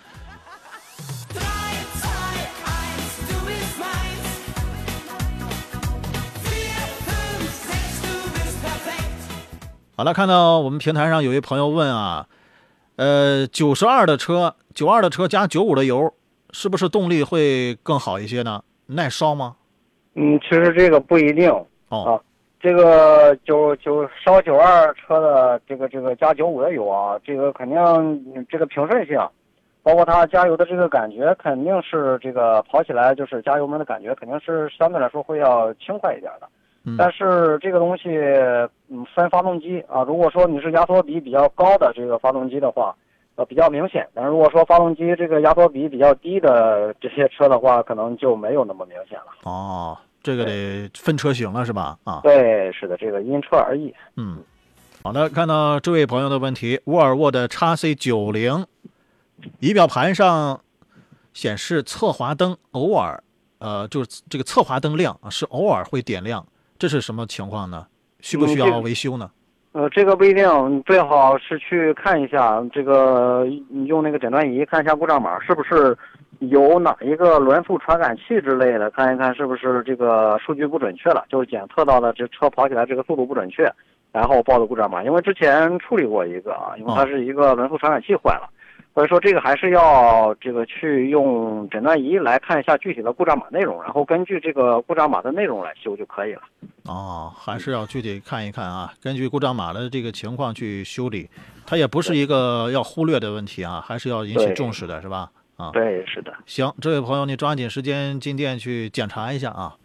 Speaker 2: 好了，看到我们平台上有一朋友问啊，呃，九十二的车，九二的车加九五的油，是不是动力会更好一些呢？耐烧吗？
Speaker 7: 嗯，其实这个不一定
Speaker 2: 哦。
Speaker 7: 啊，这个九九烧九二车的这个这个加九五的油啊，这个肯定这个平顺性，包括它加油的这个感觉，肯定是这个跑起来就是加油门的感觉，肯定是相对来说会要轻快一点的。但是这个东西，嗯，分发动机啊。如果说你是压缩比比较高的这个发动机的话，呃，比较明显。但是如果说发动机这个压缩比比较低的这些车的话，可能就没有那么明显了。
Speaker 2: 哦，这个得分车型了是吧？啊，
Speaker 7: 对，是的，这个因车而异。
Speaker 2: 嗯，好的，看到这位朋友的问题，沃尔沃的 X C 九十，仪表盘上显示侧滑灯偶尔，呃，就是这个侧滑灯亮是偶尔会点亮。这是什么情况呢？需不需要维修呢？
Speaker 7: 嗯、呃，这个不一定，最好是去看一下这个，用那个诊断仪看一下故障码，是不是有哪一个轮速传感器之类的，看一看是不是这个数据不准确了，就是检测到的这车跑起来这个速度不准确，然后报的故障码。因为之前处理过一个啊，因为它是一个轮速传感器坏了。所以说这个还是要这个去用诊断仪来看一下具体的故障码内容，然后根据这个故障码的内容来修就可以了。
Speaker 2: 哦，还是要具体看一看啊，根据故障码的这个情况去修理，它也不是一个要忽略的问题啊，还是要引起重视的，是吧？啊，
Speaker 7: 对，是的。
Speaker 2: 行，这位朋友，你抓紧时间进店去检查一下啊。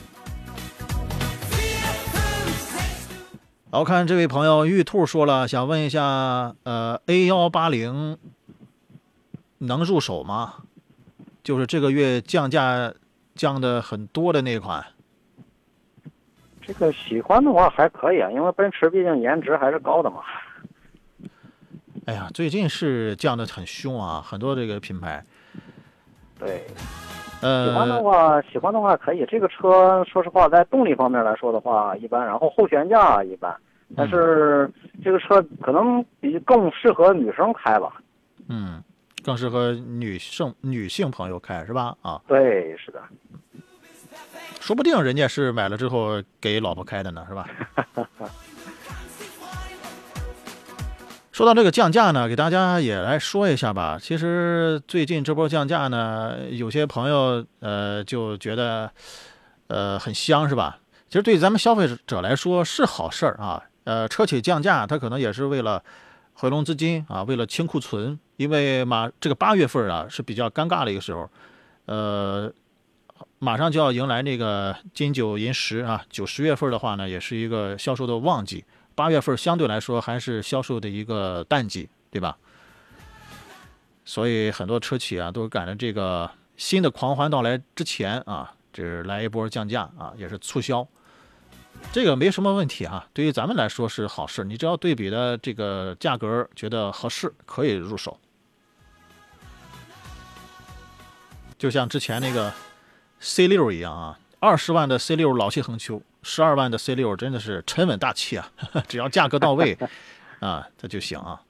Speaker 2: 我看这位朋友玉兔说了，想问一下，呃 ，A 一八零。能入手吗？就是这个月降价降的很多的那款。
Speaker 7: 这个喜欢的话还可以啊，因为奔驰毕竟颜值还是高的嘛。
Speaker 2: 哎呀，最近是降的很凶啊，很多这个品牌。
Speaker 7: 对，
Speaker 2: 呃，
Speaker 7: 喜欢的话，喜欢的话可以。这个车说实话，在动力方面来说的话一般，然后后悬架一般，但是这个车可能比更适合女生开吧。
Speaker 2: 嗯。更适合女性女性朋友开是吧？啊，
Speaker 7: 对，是的。
Speaker 2: 说不定人家是买了之后给老婆开的呢，是吧？说到这个降价呢，给大家也来说一下吧。其实最近这波降价呢，有些朋友呃就觉得呃很香，是吧？其实对咱们消费者来说是好事儿啊。呃，车企降价，它可能也是为了回笼资金啊，为了清库存。因为马这个八月份啊是比较尴尬的一个时候，呃，马上就要迎来那个金九银十啊，九十月份的话呢，也是一个销售的旺季。八月份相对来说还是销售的一个淡季，对吧？所以很多车企啊都赶着这个新的狂欢到来之前啊，这来一波降价啊，也是促销，这个没什么问题啊。对于咱们来说是好事，你只要对比的这个价格觉得合适，可以入手。就像之前那个 C 六 一样啊，二十万的 C 六 老气横秋。十二万的 C 六 真的是沉稳大气啊，只要价格到位啊，它就行啊。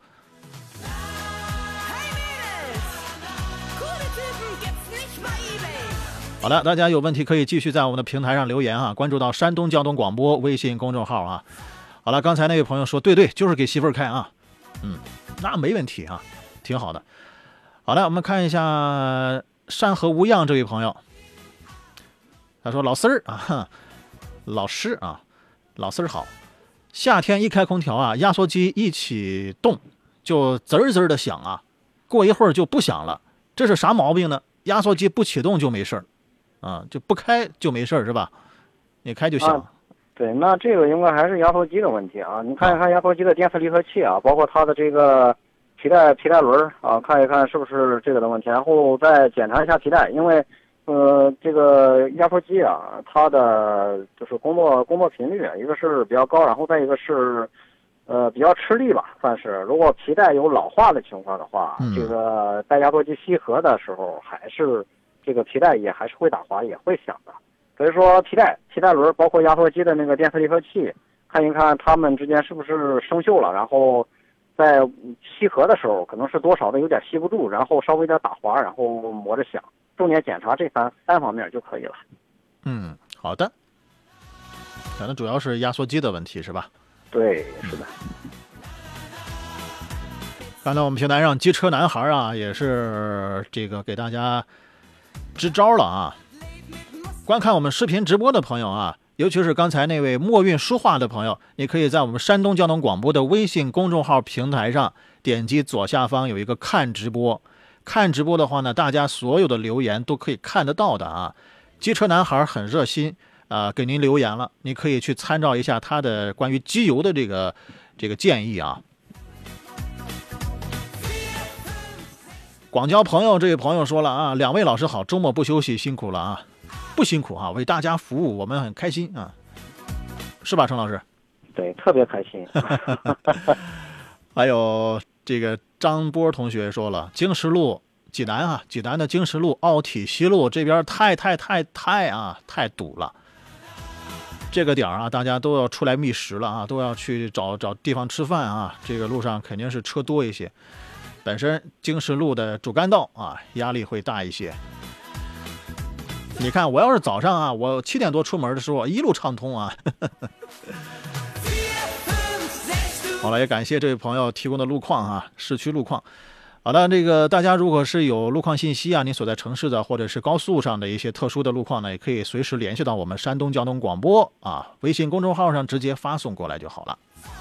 Speaker 2: 好的，大家有问题可以继续在我们的平台上留言啊，关注到山东交通广播微信公众号啊。好了，刚才那位朋友说对对，就是给媳妇儿开啊，嗯，那没问题啊，挺好的。好的，我们看一下山河无恙这位朋友，他说老四儿啊。老师啊，老师好。夏天一开空调啊，压缩机一启动就滋儿滋儿的响啊，过一会儿就不响了，这是啥毛病呢？压缩机不启动就没事儿啊，就不开就没事儿是吧？你开就响。啊、
Speaker 7: 对，那这个应该还是压缩机的问题啊。你看一看压缩机的电磁离合器啊，包括它的这个皮带皮带轮啊，看一看是不是这个的问题，然后再检查一下皮带，因为。呃，这个压缩机啊，它的就是工作工作频率，一个是比较高，然后再一个是，呃，比较吃力吧，算是。如果皮带有老化的情况的话，嗯、这个在压缩机吸合的时候，还是这个皮带也还是会打滑，也会响的。所以说，皮带、皮带轮，包括压缩机的那个电磁离合器，看一看它们之间是不是生锈了，然后在吸合的时候，可能是多少的有点吸不住，然后稍微有点打滑，然后磨着响。重点检查这三三方面就可以了。
Speaker 2: 嗯，好的。可能主要是压缩机的问题是吧？
Speaker 7: 对，是的。
Speaker 2: 刚才我们平台上机车男孩啊，也是这个给大家支招了啊。观看我们视频直播的朋友啊，尤其是刚才那位墨韵书画的朋友，你可以在我们山东交通广播的微信公众号平台上点击左下方有一个看直播。看直播的话呢，大家所有的留言都可以看得到的啊。机车男孩很热心啊、呃，给您留言了，你可以去参照一下他的关于机油的这个这个建议啊。广交朋友这位朋友说了啊，两位老师好，周末不休息辛苦了啊，不辛苦啊，为大家服务，我们很开心啊，是吧，陈老师？
Speaker 7: 对，特别开心。
Speaker 2: 还有这个张波同学说了，经十路济南啊，济南的经十路奥体西路这边太太太太啊太堵了，这个点啊大家都要出来觅食了啊，都要去找找地方吃饭啊，这个路上肯定是车多一些，本身经十路的主干道啊压力会大一些。你看我要是早上啊，我七点多出门的时候一路畅通啊。好了，也感谢这位朋友提供的路况啊，市区路况。好的，这个大家如果是有路况信息啊，你所在城市的或者是高速上的一些特殊的路况呢，也可以随时联系到我们山东交通广播啊，微信公众号上直接发送过来就好了。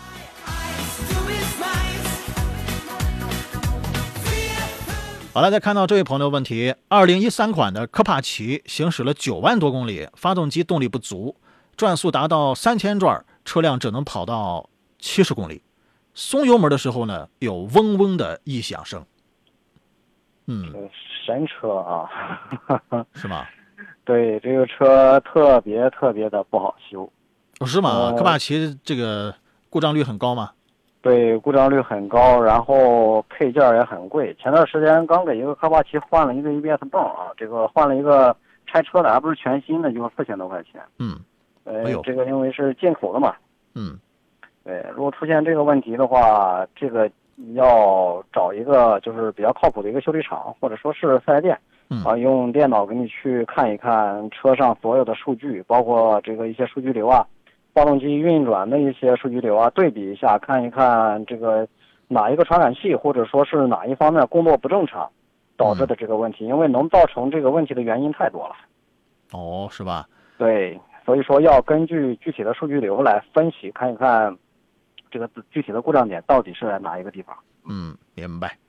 Speaker 2: 好了，再看到这位朋友的问题，二零一三款的科帕奇行驶了九万多公里，发动机动力不足，转速达到三千转，车辆只能跑到七十公里。松油门的时候呢，有嗡嗡的异响声。嗯，
Speaker 7: 神车啊，
Speaker 2: 是吗？
Speaker 7: 对，这个车特别特别的不好修。
Speaker 2: 哦、是吗？呃、科帕奇这个故障率很高吗？
Speaker 7: 对，故障率很高，然后配件也很贵。前段时间刚给一个科帕奇换了一个 A B S 泵啊，这个换了一个拆车的，还不是全新的，就四千多块钱。
Speaker 2: 嗯，
Speaker 7: 呃，
Speaker 2: 哎呦，
Speaker 7: 这个因为是进口的嘛。
Speaker 2: 嗯。
Speaker 7: 对，如果出现这个问题的话，这个要找一个就是比较靠谱的一个修理厂，或者说是四 S 店，
Speaker 2: 嗯
Speaker 7: 啊，用电脑给你去看一看车上所有的数据，包括这个一些数据流啊，发动机运转的一些数据流啊，对比一下，看一看这个哪一个传感器或者说是哪一方面工作不正常导致的这个问题，因为能造成这个问题的原因太多了。
Speaker 2: 哦，是吧？
Speaker 7: 对，所以说要根据具体的数据流来分析，看一看这个具体的故障点到底是在哪一个地方。
Speaker 2: 嗯，明白。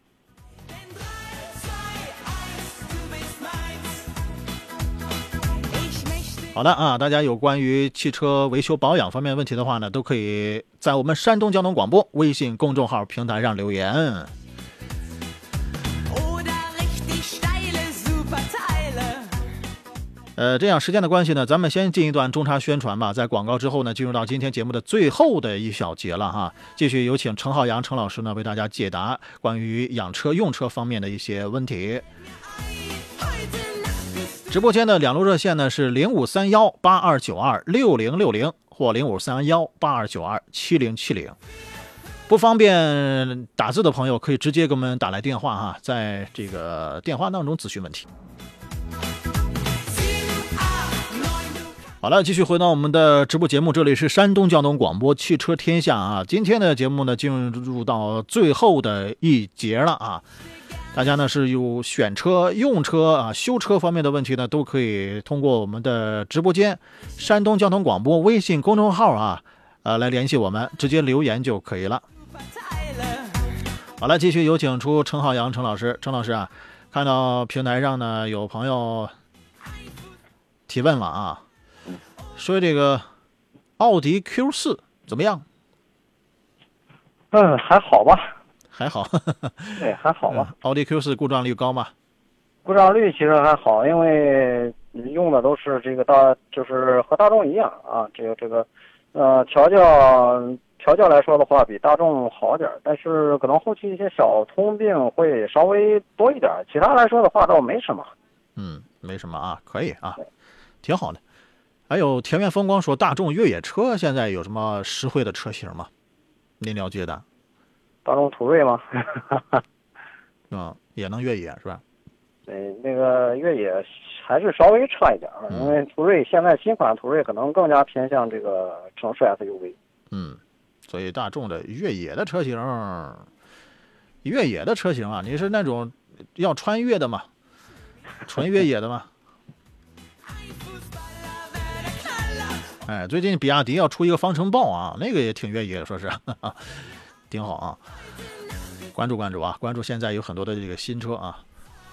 Speaker 2: 好的啊，大家有关于汽车维修保养方面问题的话呢，都可以在我们山东交通广播微信公众号平台上留言。呃，这样时间的关系呢，咱们先进一段中插宣传吧。在广告之后呢，进入到今天节目的最后的一小节了哈。继续有请陈浩洋陈老师呢为大家解答关于养车用车方面的一些问题。直播间的两路热线呢是零五三幺八二九二六零六零或零五三幺八二九二七零七零。不方便打字的朋友可以直接给我们打来电话哈，在这个电话当中咨询问题。好了，继续回到我们的直播节目，这里是山东交通广播汽车天下啊。今天的节目呢进入到最后的一节了啊。大家呢是有选车、用车啊、修车方面的问题呢，都可以通过我们的直播间山东交通广播微信公众号啊，呃来联系我们，直接留言就可以了。好了，继续有请出陈浩洋陈老师。陈老师啊，看到平台上呢有朋友提问了啊，说这个奥迪 Q 四 怎么样？
Speaker 7: 嗯，还好吧。
Speaker 2: 还好，
Speaker 7: 对，还好吧。
Speaker 2: 嗯、奥迪 Q 四 故障率高吗？
Speaker 7: 故障率其实还好，因为用的都是这个大，就是和大众一样啊。这个这个，呃，调教调教来说的话，比大众好点，但是可能后期一些小通病会稍微多一点，其他来说的话倒没什么。
Speaker 2: 嗯，没什么啊，可以啊，挺好的。还有田园风光说，大众越野车现在有什么实惠的车型吗？您了解的？
Speaker 7: 大众途锐吗？
Speaker 2: 嗯，也能越野是吧？
Speaker 7: 对，那个越野还是稍微差一点，因为途锐现在新款途锐可能更加偏向这个城市 S U V。
Speaker 2: 嗯，所以大众的越野的车型，越野的车型啊，你是那种要穿越的吗？纯越野的吗？哎，最近比亚迪要出一个方程豹啊，那个也挺越野，说是。呵呵挺好啊，关注关注啊，关注现在有很多的这个新车啊。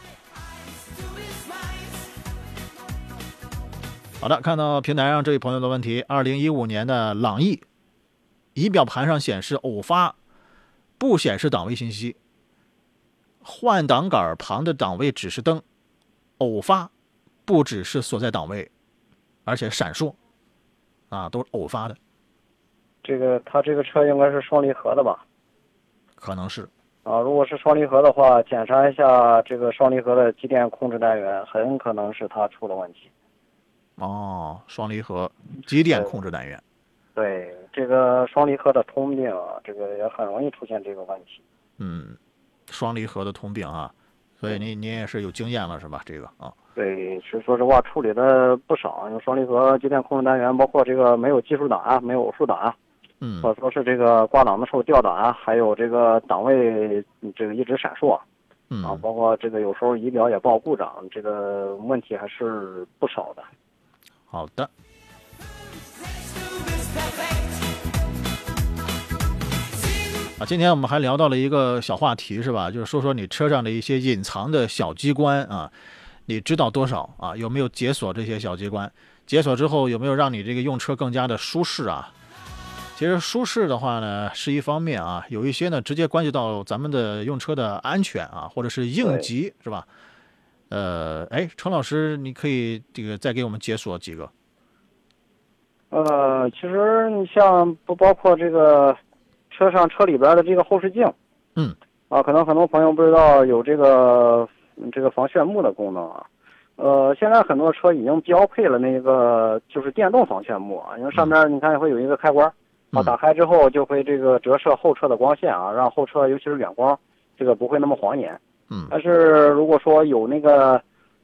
Speaker 2: 好的，看到平台上这位朋友的问题，二零一五年的朗逸，仪表盘上显示偶发，不显示档位信息，换挡杆旁的档位指示灯偶发，不只是所在档位，而且闪烁，啊，都是偶发的。
Speaker 7: 这个它这个车应该是双离合的吧？
Speaker 2: 可能是
Speaker 7: 啊，如果是双离合的话，检查一下这个双离合的机电控制单元，很可能是它出了问题。
Speaker 2: 哦，双离合机电控制单元。
Speaker 7: 对，这个双离合的通病啊，这个也很容易出现这个问题。
Speaker 2: 嗯，双离合的通病啊，所以您您也是有经验了是吧？这个啊。
Speaker 7: 对，是说实话处理的不少，有双离合机电控制单元，包括这个没有计数档啊，没有偶数档啊。
Speaker 2: 嗯，
Speaker 7: 或者说是这个挂档的时候掉档啊，还有这个档位这个一直闪烁，
Speaker 2: 嗯
Speaker 7: 啊，包括这个有时候仪表也报故障，这个问题还是不少的。
Speaker 2: 好的。啊，今天我们还聊到了一个小话题是吧？就是说说你车上的一些隐藏的小机关啊，你知道多少啊？有没有解锁这些小机关？解锁之后有没有让你这个用车更加的舒适啊？其实舒适的话呢是一方面啊，有一些呢直接关系到咱们的用车的安全啊，或者是应急是吧？呃，哎，陈老师，你可以这个再给我们解锁几个。
Speaker 7: 呃，其实你像不包括这个车上车里边的这个后视镜，
Speaker 2: 嗯，
Speaker 7: 啊，可能很多朋友不知道有这个这个防眩目的功能啊。呃，现在很多车已经标配了那个就是电动防眩目啊，因为上面你看会有一个开关。啊，打开之后就会这个折射后车的光线啊，让后车尤其是远光，这个不会那么晃眼。
Speaker 2: 嗯。
Speaker 7: 但是如果说有那个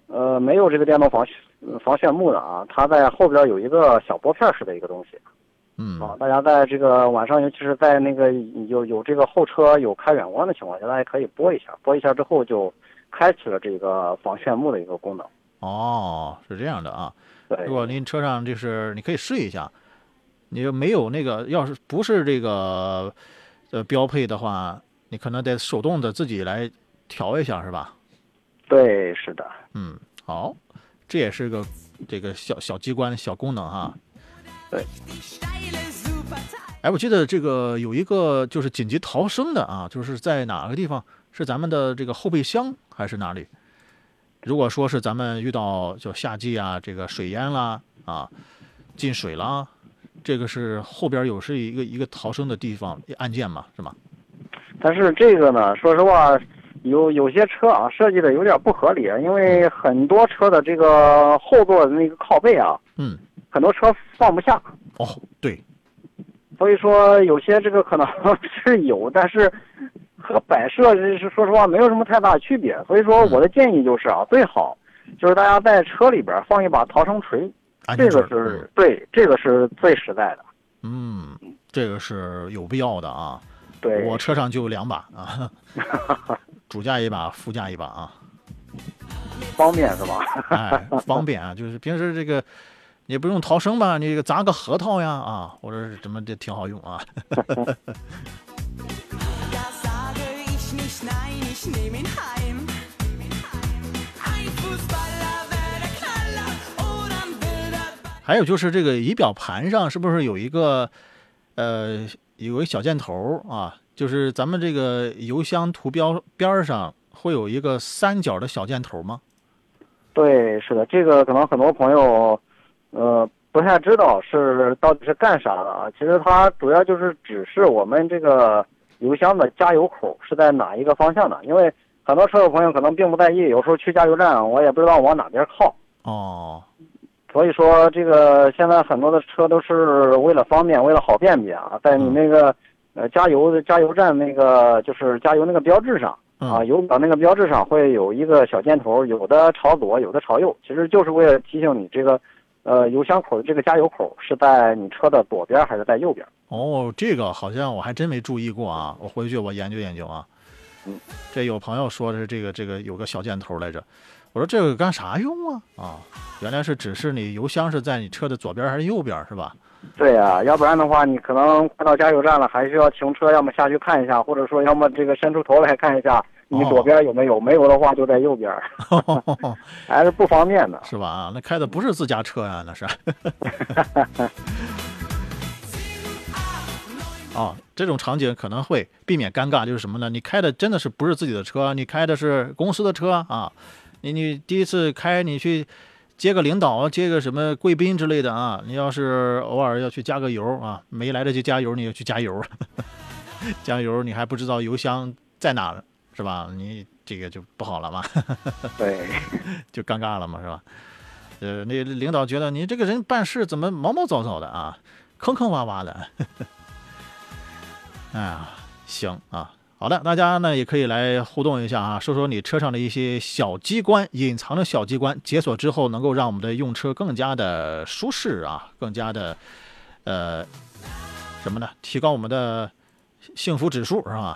Speaker 7: 呃，没有这个电动防防眩目的啊，它在后边有一个小拨片式的一个东西。
Speaker 2: 嗯
Speaker 7: 啊，大家在这个晚上，尤其是在那个有有这个后车有开远光的情况下，大家可以拨一下，拨一下之后就开启了这个防眩目的一个功能。
Speaker 2: 哦，是这样的啊。
Speaker 7: 对，
Speaker 2: 如果您车上就是你可以试一下，你没有那个，要是不是这个呃标配的话，你可能得手动的自己来调一下，是吧？
Speaker 7: 对，是的。
Speaker 2: 嗯，好，这也是个这个小小机关、小功能哈。
Speaker 7: 对。
Speaker 2: 哎，我记得这个有一个就是紧急逃生的啊，就是在哪个地方？是咱们的这个后备箱还是哪里？如果说是咱们遇到就夏季啊，这个水淹啦啊，进水啦，这个是后边有是一个一个逃生的地方按键嘛，是吗？
Speaker 7: 但是这个呢，说实话，有有些车啊设计的有点不合理，因为很多车的这个后座的那个靠背啊，
Speaker 2: 嗯，
Speaker 7: 很多车放不下。
Speaker 2: 哦，对。
Speaker 7: 所以说有些这个可能是有，但是和摆设是说实话没有什么太大区别。所以说我的建议就是啊，最好就是大家在车里边放一把逃生锤，这个是对，这个是最实在的。
Speaker 2: 嗯，这个是有必要的啊。
Speaker 7: 对，
Speaker 2: 我车上就有两把啊，主驾一把，副驾一把啊，
Speaker 7: 方便是吧？
Speaker 2: 哎，方便啊，就是平时这个。也不用逃生吧，你这个砸个核桃呀啊，或者是什么，这挺好用啊。还有就是这个仪表盘上是不是有一个呃有个小箭头啊？就是咱们这个油箱图标边上会有一个三角的小箭头吗？
Speaker 7: 对，是的，这个可能很多朋友。呃，不太知道是到底是干啥的啊？其实它主要就是指示我们这个油箱的加油口是在哪一个方向的，因为很多车友朋友可能并不在意，有时候去加油站我也不知道往哪边靠。
Speaker 2: 哦，
Speaker 7: 所以说这个现在很多的车都是为了方便，为了好辨别啊，在你那个呃加油的加油站那个就是加油那个标志上啊，油表那个标志上会有一个小箭头，有的朝左，有的朝右，其实就是为了提醒你这个。呃，油箱口的这个加油口是在你车的左边还是在右边？
Speaker 2: 哦，这个好像我还真没注意过啊，我回去我研究研究啊。
Speaker 7: 嗯，
Speaker 2: 这有朋友说的是这个这个有个小箭头来着，我说这个干啥用啊？啊，原来是指示你油箱是在你车的左边还是右边是吧？
Speaker 7: 对呀、啊，要不然的话，你可能快到加油站了，还是要停车，要么下去看一下，或者说要么这个伸出头来看一下。你左边有没有？哦、没有的话就在右边，还是不方便的，
Speaker 2: 是吧？那开的不是自家车呀、啊，那是。哦，这种场景可能会避免尴尬，就是什么呢？你开的真的是不是自己的车，你开的是公司的车啊。你你第一次开，你去接个领导，接个什么贵宾之类的啊。你要是偶尔要去加个油啊，没来得及加油，你就去加油，加油你还不知道油箱在哪儿。是吧？你这个就不好了嘛，
Speaker 7: 对，
Speaker 2: 就尴尬了嘛，是吧？呃，那领导觉得你这个人办事怎么毛毛躁躁的啊，坑坑洼洼的。哎呀，行啊，好的，大家呢也可以来互动一下啊，说说你车上的一些小机关，隐藏的小机关，解锁之后能够让我们的用车更加的舒适啊，更加的呃什么呢？提高我们的幸福指数，是吧？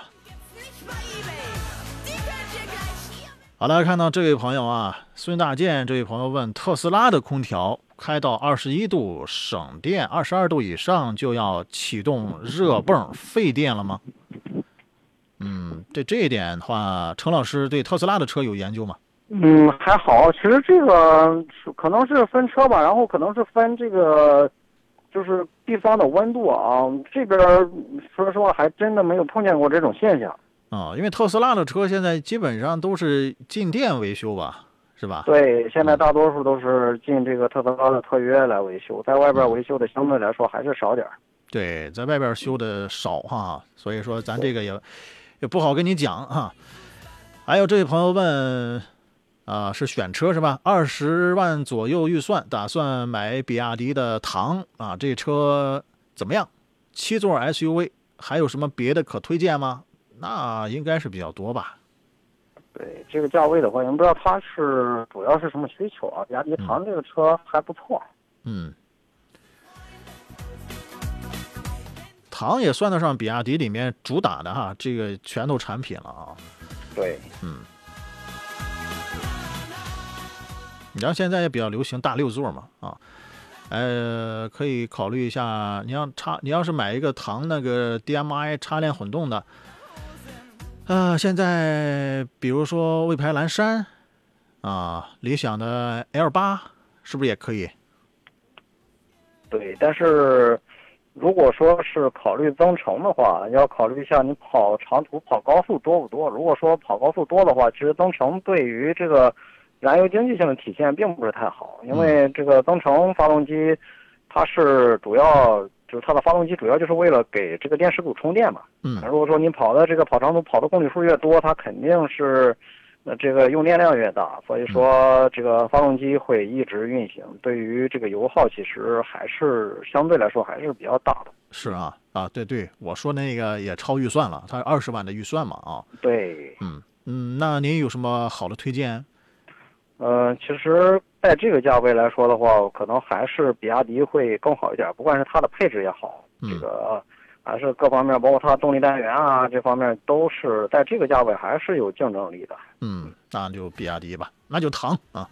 Speaker 2: 好了，看到这位朋友啊，孙大健这位朋友问，特斯拉的空调开到二十一度省电，二十二度以上就要启动热泵费电了吗？嗯，对这一点的话，程老师对特斯拉的车有研究吗？
Speaker 7: 嗯，还好，其实这个可能是分车吧，然后可能是分这个就是地方的温度啊，这边说实话还真的没有碰见过这种现象。
Speaker 2: 啊、哦，因为特斯拉的车现在基本上都是进店维修吧，是吧？
Speaker 7: 对，现在大多数都是进这个特斯拉的特约来维修，在外边维修的相对来说还是少点。
Speaker 2: 对，在外边修的少哈，所以说咱这个也也不好跟你讲哈。还有这位朋友问，啊、呃，是选车是吧？二十万左右预算，打算买比亚迪的唐啊，这车怎么样？七座 S U V， 还有什么别的可推荐吗？那应该是比较多吧。
Speaker 7: 对这个价位的话，也不知道它是主要是什么需求啊？比亚迪唐这个车还不错。
Speaker 2: 嗯，唐也算得上比亚迪里面主打的哈，这个拳头产品了啊。
Speaker 7: 对，
Speaker 2: 嗯。你知道现在也比较流行大六座嘛啊，呃，可以考虑一下。你要插，你要是买一个唐那个 D M I 插电混动的，呃，现在比如说魏牌蓝山啊，理想的 L 八是不是也可以？
Speaker 7: 对，但是如果说是考虑增程的话，要考虑一下你跑长途跑高速多不多。如果说跑高速多的话，其实增程对于这个燃油经济性的体现并不是太好，因为这个增程发动机，它是主要就是它的发动机主要就是为了给这个电池组充电嘛。
Speaker 2: 嗯，
Speaker 7: 如果说你跑的这个跑长途跑的公里数越多，它肯定是，呃，这个用电量越大，所以说这个发动机会一直运行，对于这个油耗其实还是相对来说还是比较大的。
Speaker 2: 是啊，啊，对对，我说那个也超预算了，它二十万的预算嘛啊。
Speaker 7: 对，
Speaker 2: 嗯嗯，那您有什么好的推荐？
Speaker 7: 呃，其实在这个价位来说的话，可能还是比亚迪会更好一点，不管是它的配置也好，
Speaker 2: 嗯、
Speaker 7: 这个还是各方面，包括它动力单元啊这方面，都是在这个价位还是有竞争力的。
Speaker 2: 嗯，那就比亚迪吧，那就唐啊。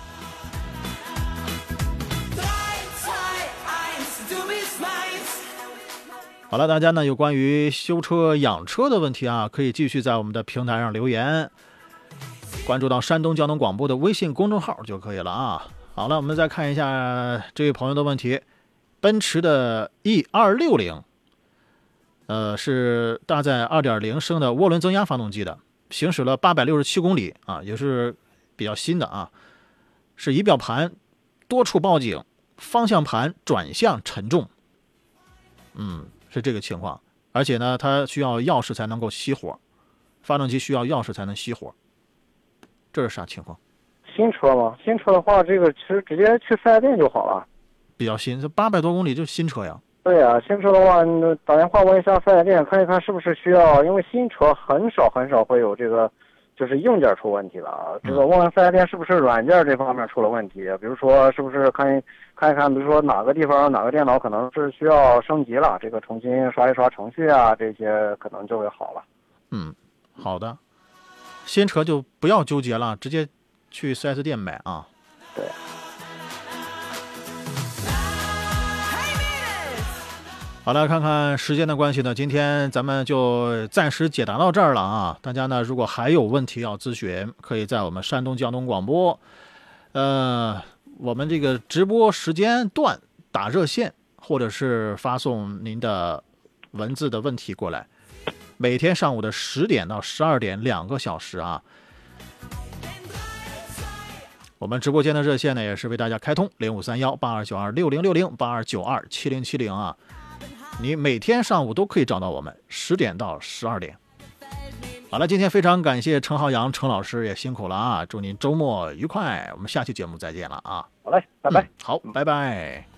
Speaker 2: 好了，大家呢有关于修车养车的问题啊，可以继续在我们的平台上留言。关注到山东交通广播的微信公众号就可以了啊。好了，我们再看一下这位朋友的问题。奔驰的 E 二六零，呃，是搭载 二点零 升的涡轮增压发动机的，行驶了八百六十七公里啊，也是比较新的啊。是仪表盘多处报警，方向盘转向沉重，嗯，是这个情况。而且呢，它需要钥匙才能够熄火，发动机需要钥匙才能熄火。这是啥情况？
Speaker 7: 新车吗？新车的话，这个其实直接去四 S 店就好了。
Speaker 2: 比较新，这八百多公里就是新车呀。
Speaker 7: 对呀、啊，新车的话，你打电话问一下四 S 店，看一看是不是需要，因为新车很少很少会有这个，就是硬件出问题了啊。这个问问四 S 店是不是软件这方面出了问题，比如说是不是看看一看，比如说哪个地方哪个电脑可能是需要升级了，这个重新刷一刷程序啊，这些可能就会好了。
Speaker 2: 嗯，好的。新车就不要纠结了，直接去 四 S 店买啊。
Speaker 7: 对。
Speaker 2: 好了，看看时间的关系呢，今天咱们就暂时解答到这儿了啊。大家呢，如果还有问题要咨询，可以在我们山东交通广播，呃，我们这个直播时间段打热线，或者是发送您的文字的问题过来。每天上午的十点到十二点，两个小时啊。我们直播间的热线呢，也是为大家开通零五三幺八二九二六零六零八二九二七零七零啊。你每天上午都可以找到我们，十点到十二点。好了，今天非常感谢陈浩洋陈老师，也辛苦了啊！祝您周末愉快，我们下期节目再见了啊！
Speaker 7: 好嘞，拜拜。
Speaker 2: 嗯、好，拜拜。